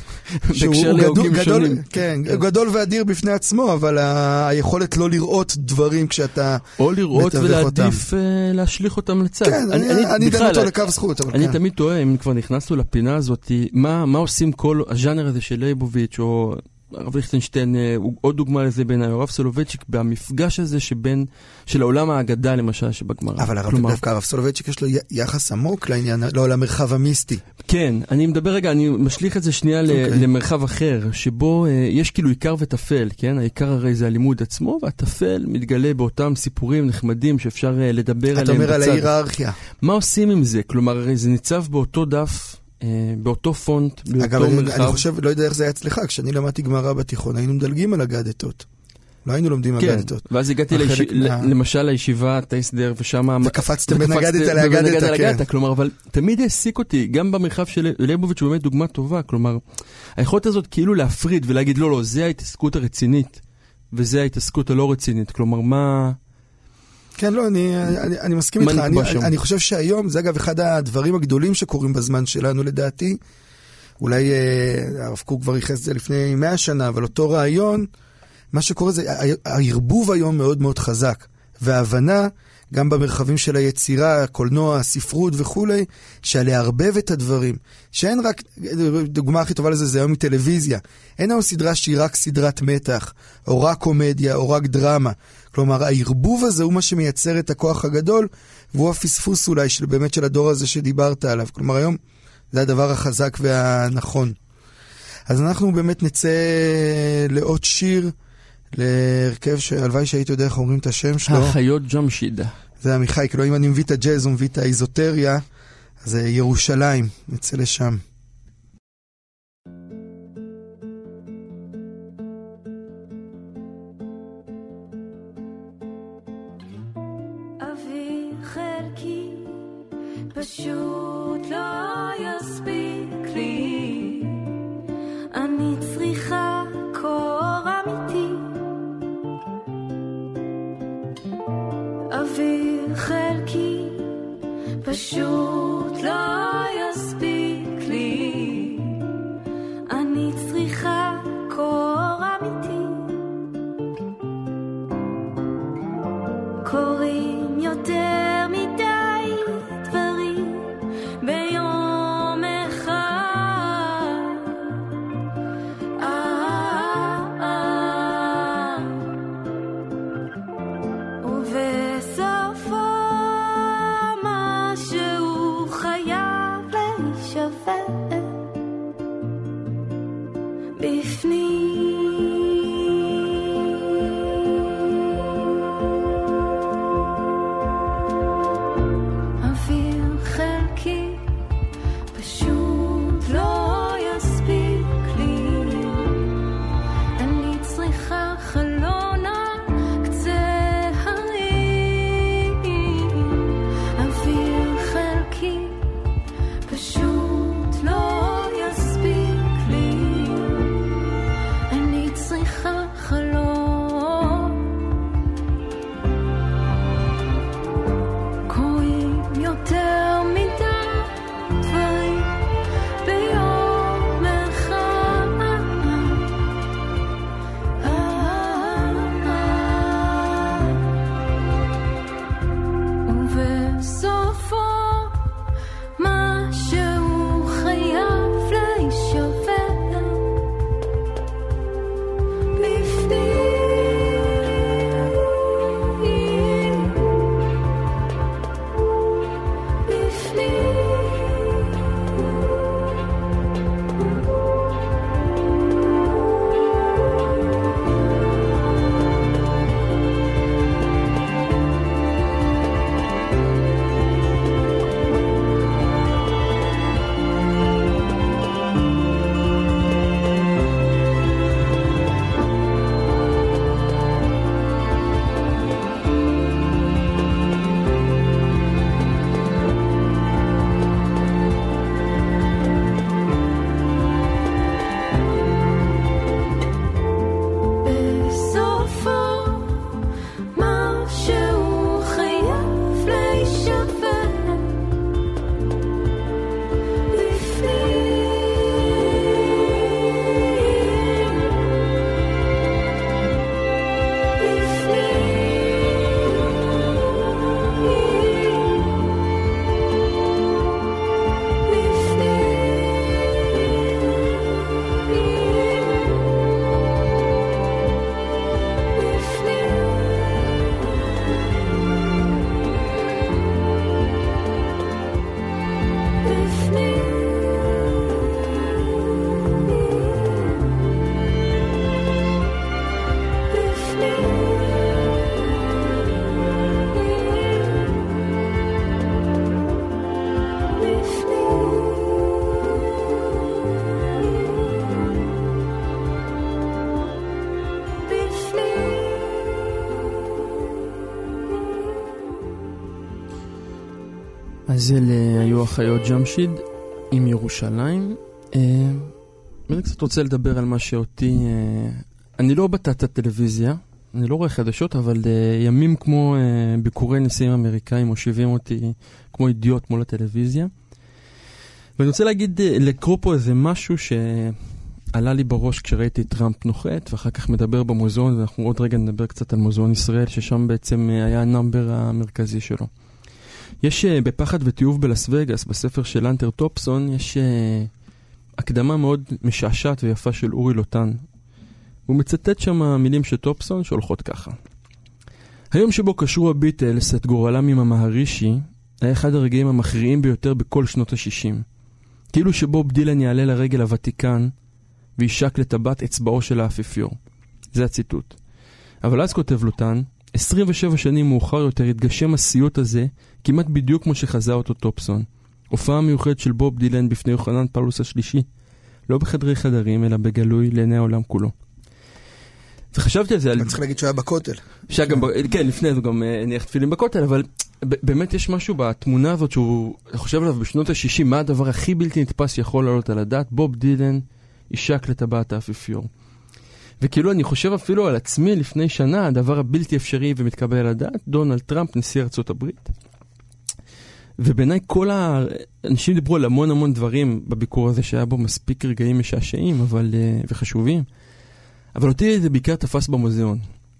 בהקשר להוגים שונים. כן, גדול ואדיר בפני עצמו, אבל היכולת לא לראות דברים כשאתה או לראות ולעדיף להשליך אותם לצד. כן, אני אדם אותו לקו זכות. אני תמיד טועה, אם כבר נכנסנו לפינה הזאת, מה עושים כל הז'אנר הזה של לייבוביץ' או הרב ליכטנשטיין, עוד דוגמה לזה בעיניי, הרב סולובייצ'יק, במפגש הזה שבין, של העולם האגדה למשל שבגמרא. אבל הרב דווקא, הרב סולובייצ'יק יש לו יחס עמוק לעניין, לא למרחב המיסטי. כן, אני מדבר רגע, אני משליך את זה שנייה למרחב אחר, שבו יש כאילו עיקר וטפל, כן? העיקר הרי זה הלימוד עצמו, והטפל מתגלה באותם סיפורים נחמדים שאפשר לדבר עליהם בצד. אתה אומר על ההיררכיה. מה עושים עם זה? כלומר, הרי זה ניצב באותו דף, באותו פונט, באותו אגב, מרחב. אני חושב, לא יודע איך זה היה אצלך, כשאני למדתי גמרא בתיכון, היינו מדלגים על הגדתות. לא היינו לומדים כן, אגדתות. ואז הגעתי ליש... מה... למשל לישיבת ההסדר, ושם... וקפצתם בין אגדת על אגדת, כן. כלומר, אבל תמיד העסיק אותי, גם במרחב של לייבוביץ' הוא באמת דוגמה טובה, כלומר, היכולת הזאת כאילו להפריד ולהגיד, לא, לא, זה ההתעסקות הרצינית, וזה ההתעסקות הלא רצינית, כלומר, מה... כן, לא, אני, אני, אני מסכים איתך. אני, אני, אני חושב שהיום, זה אגב אחד הדברים הגדולים שקורים בזמן שלנו, לדעתי. אולי אה, הרב קוק כבר ייחס את זה לפני מאה שנה, אבל אותו רעיון, מה שקורה זה, הערבוב היום מאוד מאוד חזק. וההבנה, גם במרחבים של היצירה, הקולנוע, הספרות וכו', שלהרבב את הדברים. שאין רק, דוגמה הכי טובה לזה, זה היום מטלוויזיה. אין היום סדרה שהיא רק סדרת מתח, או רק קומדיה, או רק דרמה. כלומר, הערבוב הזה הוא מה שמייצר את הכוח הגדול, והוא הפספוס אולי של, באמת של הדור הזה שדיברת עליו. כלומר, היום זה הדבר החזק והנכון. אז אנחנו באמת נצא לעוד שיר, להרכב שהלוואי שהיית יודע איך אומרים את השם שלו. החיות ג'משיד. זה עמיחי, כאילו אם אני מביא את הג'אז, הוא מביא את האיזוטריה, אז זה ירושלים, נצא לשם. אבי חלקי פשוט לא יספיק לי, אני צריכה קור אמיתי. אבי חלקי פשוט לא יספיק לי, אני צריכה קור אמיתי. קוראים יותר מדי דברים ביום אחד, אה, אה, ובסופו משהו חייב להישבר בפנים. אז אלה היו החיות ג'משיד עם ירושלים. אני קצת רוצה לדבר על מה שאותי... אני לא בתת הטלוויזיה, אני לא רואה חדשות, אבל ימים כמו ביקורי נשיאים אמריקאים מושיבים אותי כמו אידיוט מול הטלוויזיה. ואני רוצה להגיד, לקרוא פה איזה משהו שעלה לי בראש כשראיתי את טראמפ נוחת, ואחר כך מדבר במוזיאון, ואנחנו עוד רגע נדבר קצת על מוזיאון ישראל, ששם בעצם היה הנאמבר המרכזי שלו. יש בפחד ותיעוב בלס וגאס, בספר של אנטר טופסון, יש הקדמה מאוד משעשעת ויפה של אורי לוטן. הוא מצטט שם מילים של טופסון שהולכות ככה. היום שבו קשרו הביטלס את גורלם עם המהרישי, היה אחד הרגעים המכריעים ביותר בכל שנות ה-שישים. כאילו שבוב דילן יעלה לרגל הוותיקן, וישק לטבעת אצבעו של האפיפיור. זה הציטוט. אבל אז כותב לוטן, עשרים ושבע שנים מאוחר יותר התגשם הסיוט הזה, כמעט בדיוק כמו שחזה אותו טופסון. הופעה מיוחדת של בוב דילן בפני יוחנן פאולוס השלישי, לא בחדרי חדרים, אלא בגלוי לעיני העולם כולו. וחשבתי על זה... אני צריך להגיד שהוא היה בכותל. כן, לפני זה גם הניח תפילים בכותל, אבל באמת יש משהו בתמונה הזאת שהוא חושב עליו בשנות ה-שישים, מה הדבר הכי בלתי נתפס שיכול לעלות על הדעת? בוב דילן ישק לטבעת האפיפיור. וכאילו אני חושב אפילו על עצמי לפני שנה, הדבר הבלתי אפשרי ומתקבל על הדעת, דונלד טראמפ, נשיא ארצות הברית. ובעיניי כל האנשים דיברו על המון המון דברים בביקור הזה, שהיה בו מספיק רגעים משעשעים אבל, וחשובים. אבל אותי זה בעיקר תפס במוזיאון.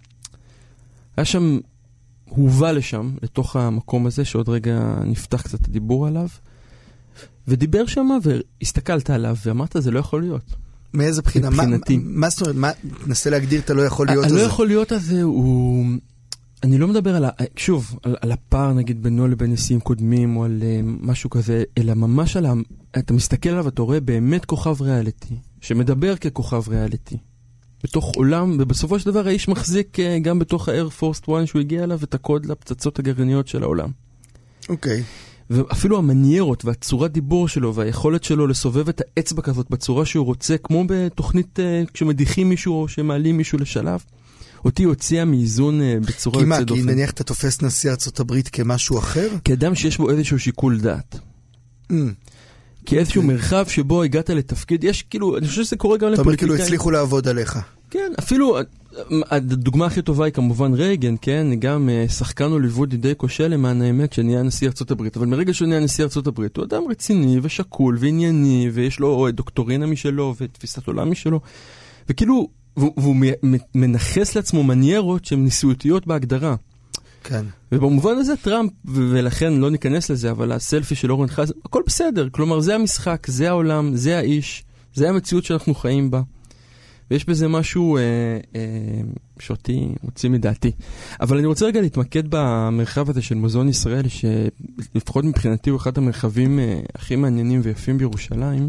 היה שם, הוא הובא לשם, לתוך המקום הזה, שעוד רגע נפתח קצת הדיבור עליו, ודיבר שם והסתכלת עליו, ואמרת, זה לא יכול להיות. מאיזה בחינה? מבחינתי. מה זאת אומרת? מה, תנסה להגדיר את הלא יכול להיות הזה. הלא יכול להיות הזה הוא... אני לא מדבר על ה... שוב, על, על הפער נגיד בינו לבין נשיאים קודמים, או על uh, משהו כזה, אלא ממש על ה... אתה מסתכל עליו, אתה רואה באמת כוכב ריאליטי, שמדבר ככוכב ריאליטי. בתוך עולם, ובסופו של דבר האיש מחזיק uh, גם בתוך ה-Air Force One שהוא הגיע אליו, את הקוד לפצצות הגרעיניות של העולם. אוקיי. Okay. ואפילו המניירות והצורת דיבור שלו והיכולת שלו לסובב את האצבע כזאת בצורה שהוא רוצה, כמו בתוכנית uh, כשמדיחים מישהו או שמעלים מישהו לשלב, אותי הוציאה מאיזון uh, בצורה יוצאת דופן. כי נניח אתה תופס נשיא ארצות הברית כמשהו אחר? כאדם שיש בו איזשהו שיקול דעת. Mm. כאיזשהו okay. מרחב שבו הגעת לתפקיד, יש כאילו, אני חושב שזה קורה גם לפוליטיקאים. אתה אומר כאילו הצליחו לעבוד עליך. כן, אפילו, הדוגמה הכי טובה היא כמובן רייגן, כן? גם שחקן הוליווד די כושל למען האמת שנהיה נשיא ארצות הברית, אבל מרגע שהוא נהיה נשיא ארצות הברית, הוא אדם רציני ושקול וענייני, ויש לו דוקטורינה משלו ותפיסת עולם משלו, וכאילו, והוא מנחס לעצמו מניירות שהן ניסיותיות בהגדרה. כן. ובמובן הזה טראמפ, ולכן לא ניכנס לזה, אבל הסלפי של אורן חזן, הכל בסדר, כלומר זה המשחק, זה העולם, זה האיש, זה המציאות שאנחנו חיים בה. ויש בזה משהו אה, אה, שאותי מוציא מדעתי. אבל אני רוצה רגע להתמקד במרחב הזה של מוזיאון ישראל, שלפחות מבחינתי הוא אחד המרחבים אה, הכי מעניינים ויפים בירושלים,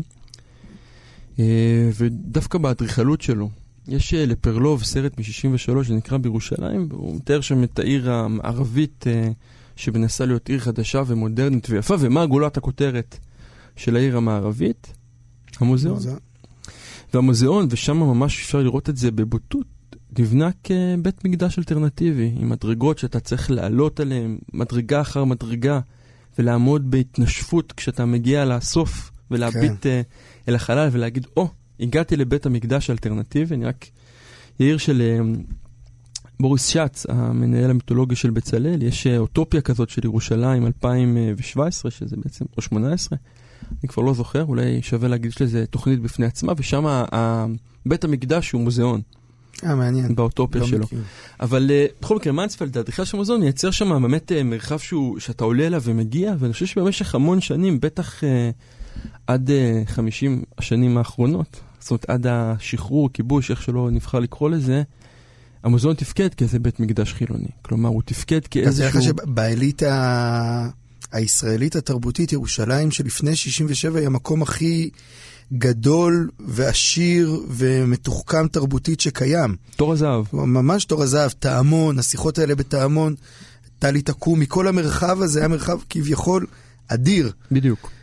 אה, ודווקא באדריכלות שלו. יש אה, לפרלוב סרט מ-שישים ושלוש שנקרא בירושלים, והוא מתאר שם את העיר הערבית אה, שמנסה להיות עיר חדשה ומודרנית ויפה, ומה גולת הכותרת של העיר המערבית? המוזיאון. והמוזיאון, ושם ממש אפשר לראות את זה בבוטות, נבנה כבית מקדש אלטרנטיבי, עם מדרגות שאתה צריך לעלות עליהן, מדרגה אחר מדרגה, ולעמוד בהתנשפות כשאתה מגיע לסוף, ולהביט כן. אל החלל ולהגיד, או, oh, הגעתי לבית המקדש האלטרנטיבי. אני רק יאיר של בוריס שץ, המנהל המיתולוגי של בצלאל, יש אוטופיה כזאת של ירושלים אלפיים שבע עשרה, שזה בעצם, או שמונה עשרה, אני כבר לא זוכר, אולי שווה להגיד שזה תוכנית בפני עצמה, ושם בית המקדש הוא מוזיאון. אה, מעניין. באוטופיה שלו. מכיר. אבל בכל מקרה, מאנספלד, האדריכל של המוזיאון, מייצר שם באמת מרחב שהוא, שאתה עולה אליו ומגיע, ואני חושב שבמשך המון שנים, בטח אה, עד אה, חמישים השנים האחרונות, זאת אומרת, עד השחרור, כיבוש, איך שלא נבחר לקרוא לזה, המוזיאון תפקד כאיזה בית מקדש חילוני. כלומר, הוא תפקד כאיזשהו... אז זה לך שבאליטה הישראלית התרבותית, ירושלים שלפני שישים ושבע היא המקום הכי גדול ועשיר ומתוחכם תרבותית שקיים. תור הזהב. ממש תור הזהב, תאמון, השיחות האלה בתאמון, טלי תקום, מכל המרחב הזה היה מרחב כביכול אדיר. בדיוק.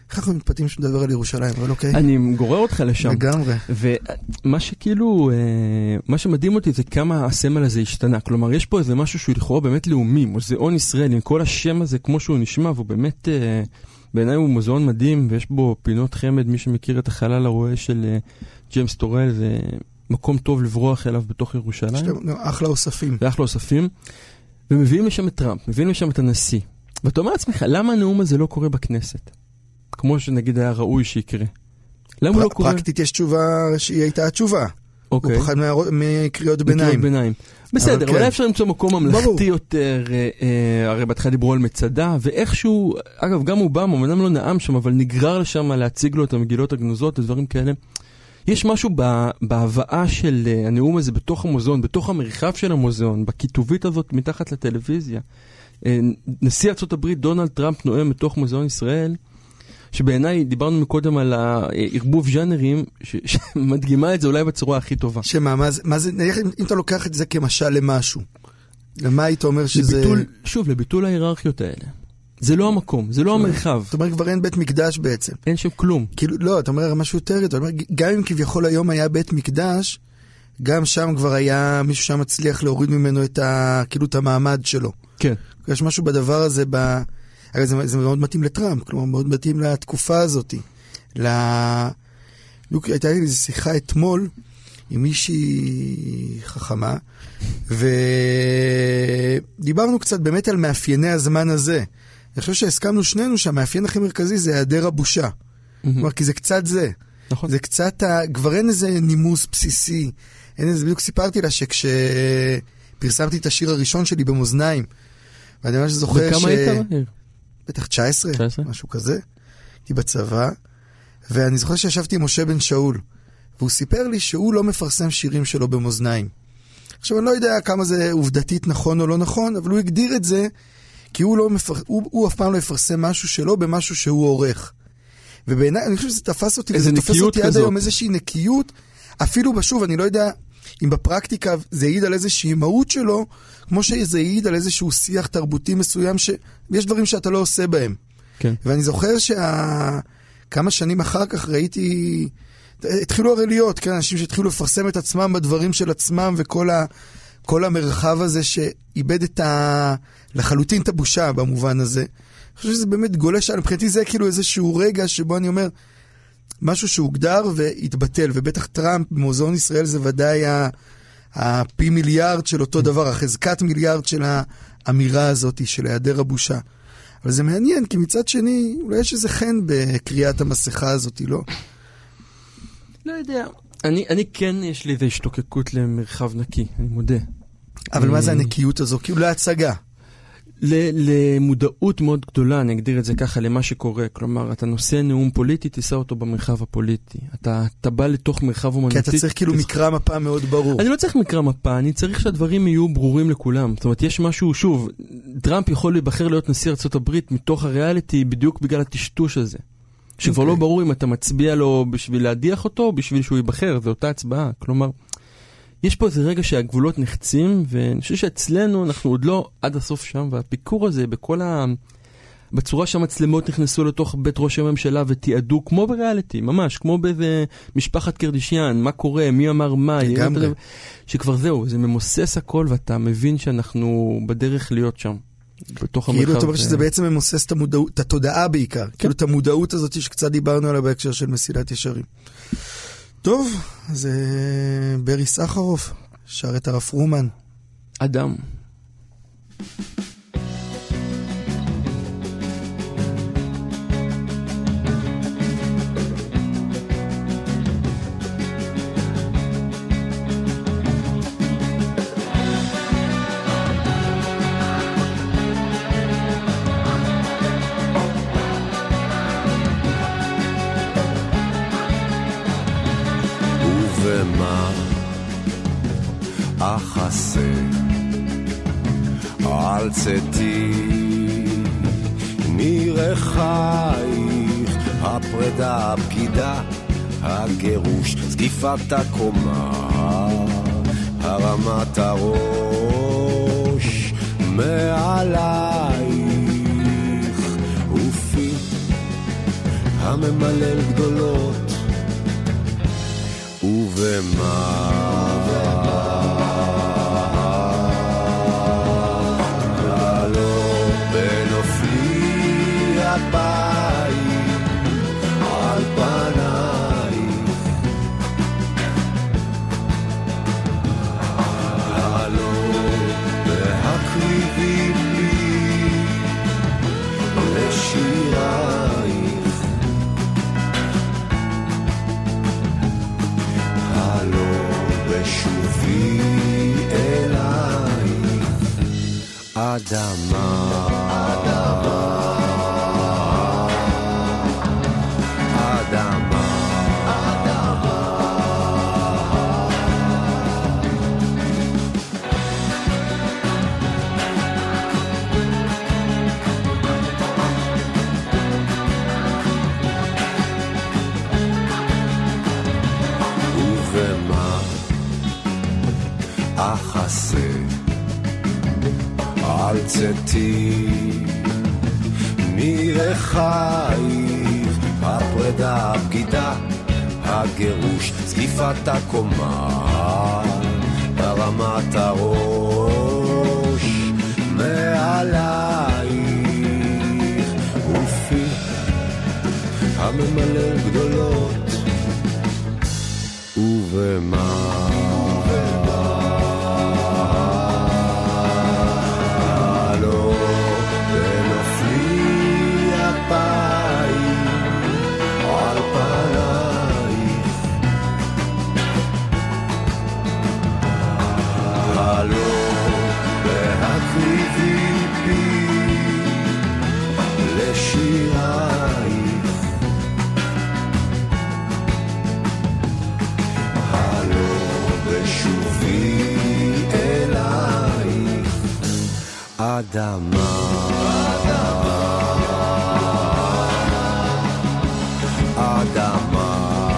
איך אנחנו מתפתים שמדבר על ירושלים, אבל אוקיי. אני גורר אותך לשם. לגמרי. ומה שכאילו, מה שמדהים אותי זה כמה הסמל הזה השתנה. כלומר, יש פה איזה משהו שהוא לכאורה באמת לאומי, מוזיאון ישראל, עם כל השם הזה כמו שהוא נשמע, והוא באמת, בעיניי הוא מוזיאון מדהים, ויש בו פינות חמד, מי שמכיר את החלל הרואה של ג'יימס טורל, זה מקום טוב לברוח אליו בתוך ירושלים. אחלה אוספים. ואחלה אוספים. ומביאים לשם את טראמפ, מביאים לשם את הנשיא. ואתה אומר לעצמך, למה הנאום הזה לא קורה בכנסת? כמו שנגיד היה ראוי שיקרה. למה לא קורה? פרקטית יש תשובה שהיא הייתה התשובה. אוקיי. הוא פחד מקריאות ביניים. מקריאות ביניים. בסדר, אבל אפשר למצוא מקום ממלכתי יותר, הרי בהתחלה דיברו על מצדה, ואיכשהו, אגב, גם אובמה, אמנם לא נאם שם, אבל נגרר לשם להציג לו את המגילות הגנוזות, ודברים כאלה. יש משהו בהבאה של הנאום הזה בתוך המוזיאון, בתוך המרחב של המוזיאון, בכיתובית הזאת מתחת לטלוויזיה. נשיא ארצות הברית דונלד טראמפ נואם מתוך מוזיאון ישראל, שבעיניי דיברנו מקודם על הערבוב ז'אנרים, שמדגימה את זה אולי בצורה הכי טובה. שמה, מה זה, מה זה, אם אתה לוקח את זה כמשל למשהו, למה היית אומר שזה... לביטול, שוב, לביטול ההיררכיות האלה. זה לא המקום, זה לא המרחב. זאת אומרת, כבר אין בית מקדש בעצם. אין שם כלום. כאילו, לא, אתה אומר משהו יותר, אתה אומר, גם אם כביכול היום היה בית מקדש, גם שם כבר היה מישהו שם מצליח להוריד ממנו את ה, כאילו, את המעמד שלו. כן. יש משהו בדבר הזה, ב... הרי זה, זה מאוד מתאים לטראמפ, כלומר, מאוד מתאים לתקופה הזאת. ל... לוק, הייתה לי איזו שיחה אתמול עם מישהי חכמה, ודיברנו קצת באמת על מאפייני הזמן הזה. אני חושב שהסכמנו שנינו שהמאפיין הכי מרכזי זה היעדר הבושה. כלומר, כי זה קצת זה. נכון. זה קצת, כבר אין איזה נימוס בסיסי. אין איזה, בדיוק סיפרתי לה שכשפרסמתי את השיר הראשון שלי במאזניים, ואני ממש זוכר ש... וכמה היית? בטח תשע עשרה, משהו כזה. הייתי בצבא, ואני זוכר שישבתי עם משה בן שאול, והוא סיפר לי שהוא לא מפרסם שירים שלו במאזניים. עכשיו, אני לא יודע כמה זה עובדתית נכון או לא נכון, אבל הוא הגדיר את זה, כי הוא, לא מפר... הוא, הוא אף פעם לא יפרסם משהו שלו בממשהו שהוא עורך. ובעיניי, אני חושב שזה תפס אותי, וזה תופס אותי עד היום איזושהי נקיות, אפילו בשוב, אני לא יודע אם בפרקטיקה זה העיד על איזושהי מהות שלו, כמו שזה העיד על איזשהו שיח תרבותי מסוים, שיש דברים שאתה לא עושה בהם. כן. ואני זוכר שכמה שנים אחר כך ראיתי, התחילו הרי להיות, כן, אנשים שהתחילו לפרסם את עצמם בדברים של עצמם, וכל ה, כל המרחב הזה שאיבד את ה... לחלוטין את הבושה במובן הזה. אני חושב שזה באמת גולש, מבחינתי זה כאילו איזשהו רגע שבו אני אומר, משהו שהוגדר והתבטל, ובטח טראמפ במוזיאון ישראל זה ודאי הפי מיליארד של אותו דבר, החזקת מיליארד של האמירה הזאת, של היעדר הבושה. אבל זה מעניין, כי מצד שני, אולי יש איזה חן בקריאת המסכה הזאת, לא? לא יודע. אני, אני כן, יש לי איזו השתוקקות למרחב נקי, אני מודה. אבל מה זה הנקיות הזו? כאילו להצגה. למודעות מאוד גדולה, אני אגדיר את זה ככה, למה שקורה. כלומר, אתה נושא נאום פוליטי, תישא אותו במרחב הפוליטי. אתה, אתה בא לתוך מרחב אומנותי. כי אתה צריך כאילו מקרא מפה מאוד ברור. אני לא צריך מקרא מפה, אני צריך שהדברים יהיו ברורים לכולם. זאת אומרת, יש משהו, שוב, טראמפ יכול להיבחר להיות נשיא ארצות הברית מתוך הריאליטי, בדיוק בגלל הטשטוש הזה. שכבר okay. לא ברור אם אתה מצביע לו בשביל להדיח אותו, או בשביל שהוא ייבחר, זו אותה הצבעה. כלומר, יש פה איזה רגע שהגבולות נחצים, ואני חושב שאצלנו אנחנו עוד לא עד הסוף שם, והפיקור הזה בכל ה... בצורה שהמצלמות נכנסו לתוך בית ראש הממשלה ותיעדו, כמו בריאליטי, ממש, כמו באיזה משפחת קרדישיאן, מה קורה, מי אמר מה, לגמרי. שכבר זהו, זה ממוסס הכל, ואתה מבין שאנחנו בדרך להיות שם, בתוך המרחב. כאילו, אתה אומר שזה בעצם ממוסס את המודעות, את התודעה בעיקר, כאילו את המודעות הזאת שקצת דיברנו עליה בהקשר של מסילת ישרים. טוב, אז ברי סחרוף, שר את הרב פרומן. אדם. אחסה על צאתי נראחייך הפרידה הפקידה הגירוש זקיפת הקומה הרמת הראש מעלייך ופי הממלל גדולות, ובמה הלא בנופלי הבית על פנייך, הלא בהקריבי לי לשירייך, הלא בשובי אלייך, אדמה אחסה על צאתי מרחייך, הפרידה, הבגידה, הגירוש, זקיפת הקומה, הרמת הראש מעלייך, ופי הממלל גדולות, ובמה אדמה אדמה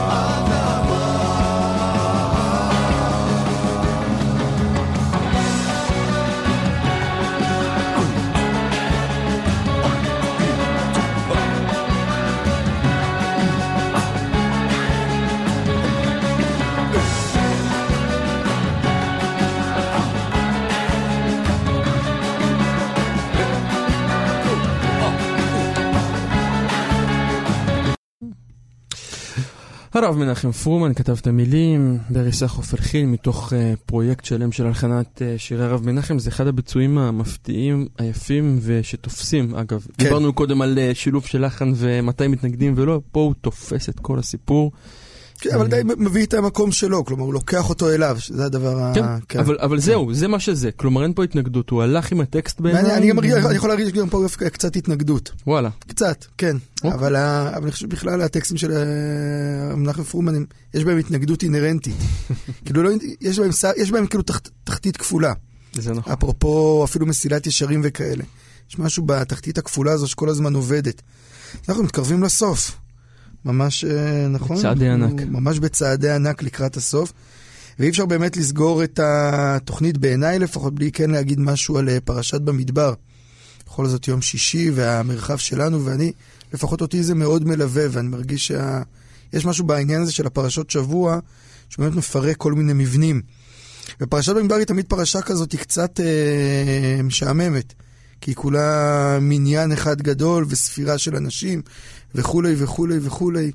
הרב מנחם פרומן כתב את המילים, בריסה חופרחיל, מתוך uh, פרויקט שלם של הלחנת uh, שירי הרב מנחם. זה אחד הביצועים המפתיעים, היפים ושתופסים. אגב, כן. דיברנו קודם על uh, שילוב של לחן ומתי מתנגדים ולא, פה הוא תופס את כל הסיפור. כן, אבל די מביא את המקום שלו, כלומר הוא לוקח אותו אליו, שזה הדבר כן, ה... כן, אבל, אבל זהו, זה מה שזה, כלומר אין פה התנגדות, הוא הלך עם הטקסט בעיניי. אני, אני, אני יכול להרגיש גם פה קצת התנגדות. וואלה. קצת, כן. אוקיי. אבל, אבל אני חושב בכלל הטקסטים של מנחם פרומן, יש בהם התנגדות אינרנטית. כאילו לא, יש בהם, יש בהם כאילו תחת, תחתית כפולה. זה נכון. אפרופו אפילו מסילת ישרים וכאלה. יש משהו בתחתית הכפולה הזו שכל הזמן עובדת. אנחנו מתקרבים לסוף. ממש, נכון? בצעדי ענק. ממש בצעדי ענק לקראת הסוף. ואי אפשר באמת לסגור את התוכנית בעיניי, לפחות בלי כן להגיד משהו על פרשת במדבר. בכל זאת יום שישי, והמרחב שלנו, ואני, לפחות אותי זה מאוד מלווה, ואני מרגיש שיש משהו בעניין הזה של הפרשות שבוע, שבאמת מפרק כל מיני מבנים. ופרשת במדבר היא תמיד פרשה כזאת, היא קצת אה, משעממת. כי היא כולה מניין אחד גדול וספירה של אנשים וכולי וכולי וכולי.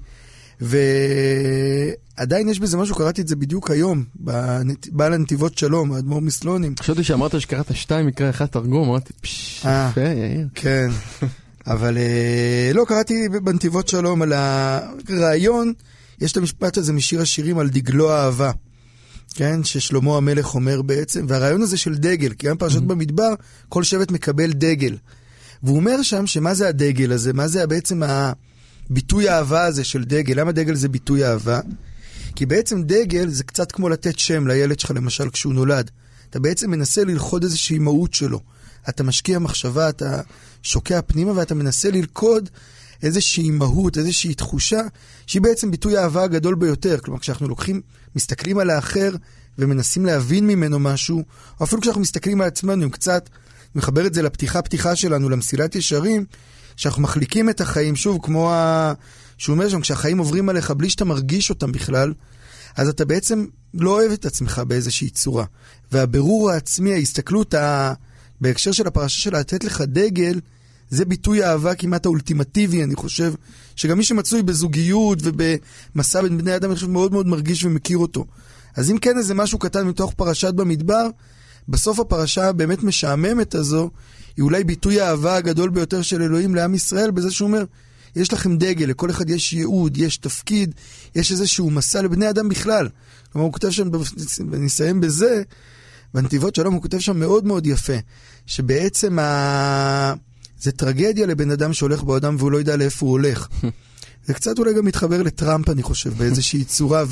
ועדיין יש בזה משהו, קראתי את זה בדיוק היום, בעל הנתיבות שלום, האדמו"ר מסלונים. חשבתי שאמרת שקראת שתיים מקרא אחד תרגום, אמרתי פשש, יפה, יאיר. כן, אבל לא, קראתי בנתיבות שלום על הרעיון, יש את המשפט הזה משיר השירים על דגלו האהבה. כן, ששלמה המלך אומר בעצם, והרעיון הזה של דגל, כי גם פרשת במדבר, כל שבט מקבל דגל. והוא אומר שם שמה זה הדגל הזה, מה זה בעצם הביטוי האהבה הזה של דגל, למה דגל זה ביטוי אהבה? כי בעצם דגל זה קצת כמו לתת שם לילד שלך למשל כשהוא נולד. אתה בעצם מנסה ללכוד איזושהי מהות שלו. אתה משקיע מחשבה, אתה שוקע פנימה ואתה מנסה ללכוד איזושהי מהות, איזושהי תחושה, שהיא בעצם ביטוי האהבה הגדול ביותר. כלומר, כשאנחנו לוקחים, מסתכלים על האחר ומנסים להבין ממנו משהו, או אפילו כשאנחנו מסתכלים על עצמנו, עם קצת מחבר את זה לפתיחה פתיחה שלנו, למסילת ישרים, שאנחנו מחליקים את החיים, שוב, כמו שהוא אומר שם, כשהחיים עוברים עליך בלי שאתה מרגיש אותם בכלל, אז אתה בעצם לא אוהב את עצמך באיזושהי צורה. והבירור העצמי, ההסתכלות, ה... בהקשר של הפרשה שלה, לתת לך דגל, זה ביטוי האהבה כמעט האולטימטיבי, אני חושב, שגם מי שמצוי בזוגיות ובמסע בין בני אדם, אני חושב מאוד מאוד מרגיש ומכיר אותו. אז אם כן איזה משהו קטן מתוך פרשת במדבר, בסוף הפרשה הבאמת משעממת הזו, היא אולי ביטוי האהבה הגדול ביותר של אלוהים לעם ישראל, בזה שהוא אומר, יש לכם דגל, לכל אחד יש ייעוד, יש תפקיד, יש איזשהו מסע לבני אדם בכלל. כלומר, הוא כותב שם, ונסיים בזה, בנתיבות שלום, הוא כותב שם מאוד מאוד יפה, שבעצם ה... זה טרגדיה לבן אדם שהולך בעולם והוא לא יודע לאיפה הוא הולך. זה קצת אולי גם מתחבר לטראמפ, אני חושב, באיזושהי צורה,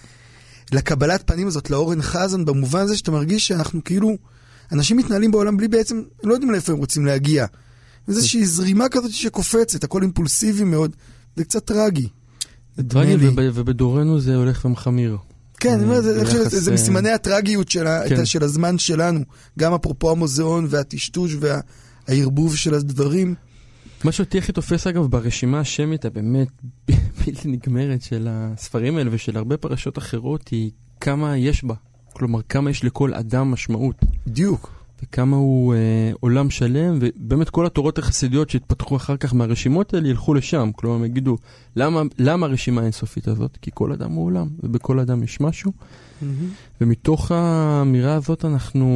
ולקבלת פנים הזאת, לאורן חזן, במובן הזה שאתה מרגיש שאנחנו כאילו, אנשים מתנהלים בעולם בלי בעצם, הם לא יודעים לאיפה הם רוצים להגיע. איזושהי זרימה כזאת שקופצת, הכל אימפולסיבי מאוד, זה קצת טרגי. טרגי, ובדורנו זה הולך ומחמיר. כן, זה מסימני הטרגיות של הזמן שלנו, גם אפרופו המוזיאון והטשטוש והערבוב של הדברים. מה שאותי הכי תופס אגב ברשימה השמית הבאמת בלתי נגמרת של הספרים האלה ושל הרבה פרשות אחרות היא כמה יש בה, כלומר כמה יש לכל אדם משמעות. בדיוק. וכמה הוא אה, עולם שלם, ובאמת כל התורות החסידיות שהתפתחו אחר כך מהרשימות האלה ילכו לשם. כלומר, הם יגידו, למה, למה הרשימה האינסופית הזאת? כי כל אדם הוא עולם, ובכל אדם יש משהו. Mm-hmm. ומתוך האמירה הזאת אנחנו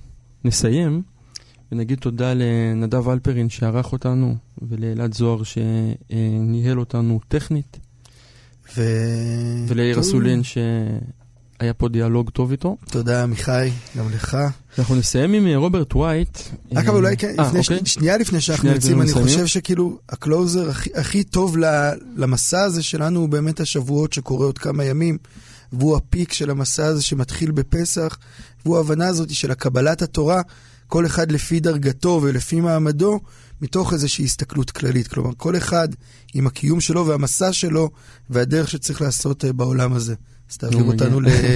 נסיים, ונגיד תודה לנדב אלפרין שערך אותנו, ולאלעד זוהר שניהל אותנו טכנית, ו... וליאיר אסולין ש... היה פה דיאלוג טוב איתו. תודה, מיכאי, גם לך. אנחנו נסיים עם רוברט ווייט. רק אבל אולי שנייה לפני שאנחנו יוצאים, אני חושב שכאילו הקלוזר הכי טוב למסע הזה שלנו הוא באמת השבועות שקורה עוד כמה ימים, והוא הפיק של המסע הזה שמתחיל בפסח, והוא ההבנה הזאת של הקבלת התורה, כל אחד לפי דרגתו ולפי מעמדו, מתוך איזושהי הסתכלות כללית. כלומר, כל אחד עם הקיום שלו והמסע שלו, והדרך שצריך לעשות בעולם הזה. אז תעביר אותנו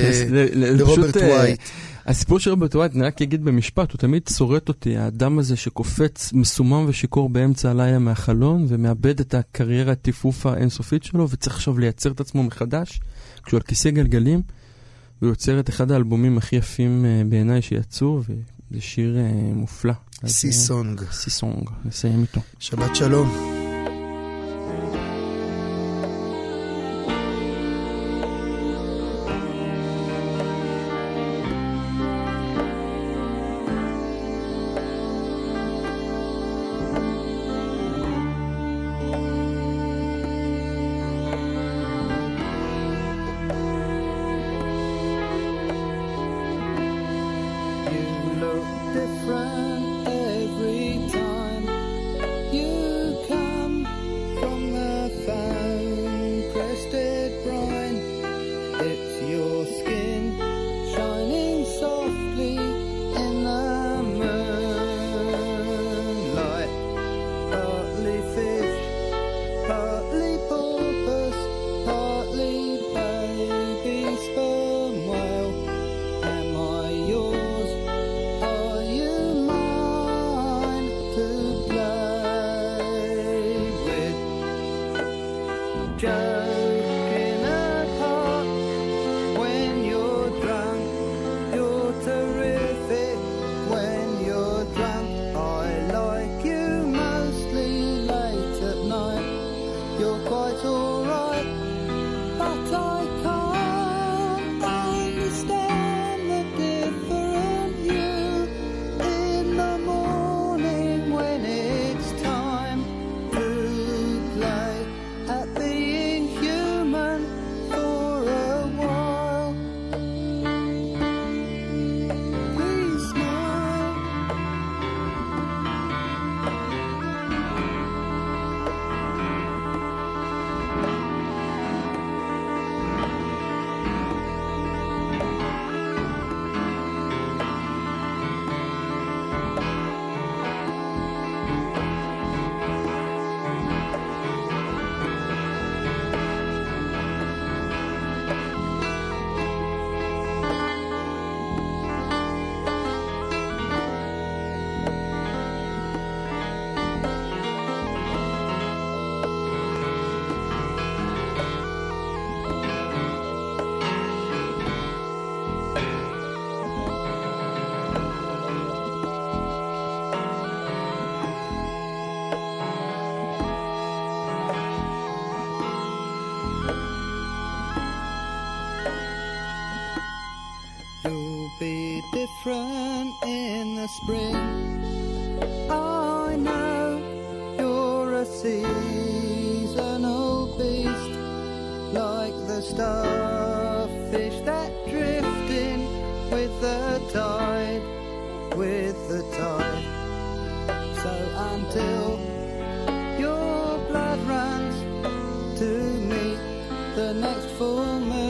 לרוברט ווייט. הסיפור של רוברט ווייט, אני רק אגיד במשפט, הוא תמיד צורט אותי, האדם הזה שקופץ מסומם ושיקור באמצע הלילה מהחלון, ומאבד את הקריירה הטיפוף האינסופית שלו, וצריך עכשיו לייצר את עצמו מחדש, כשהוא על כיסא גלגלים, והוא יוצר את אחד האלבומים הכי יפים בעיניי שיצאו, וזה שיר מופלא. סי סונג. סי סונג, נסיים איתו. שבת שלום. Am I yours? Are you mine? the spring. I know you're a seasonal beast, like the starfish that drift in with the tide, with the tide. So until your blood runs to meet the next full moon,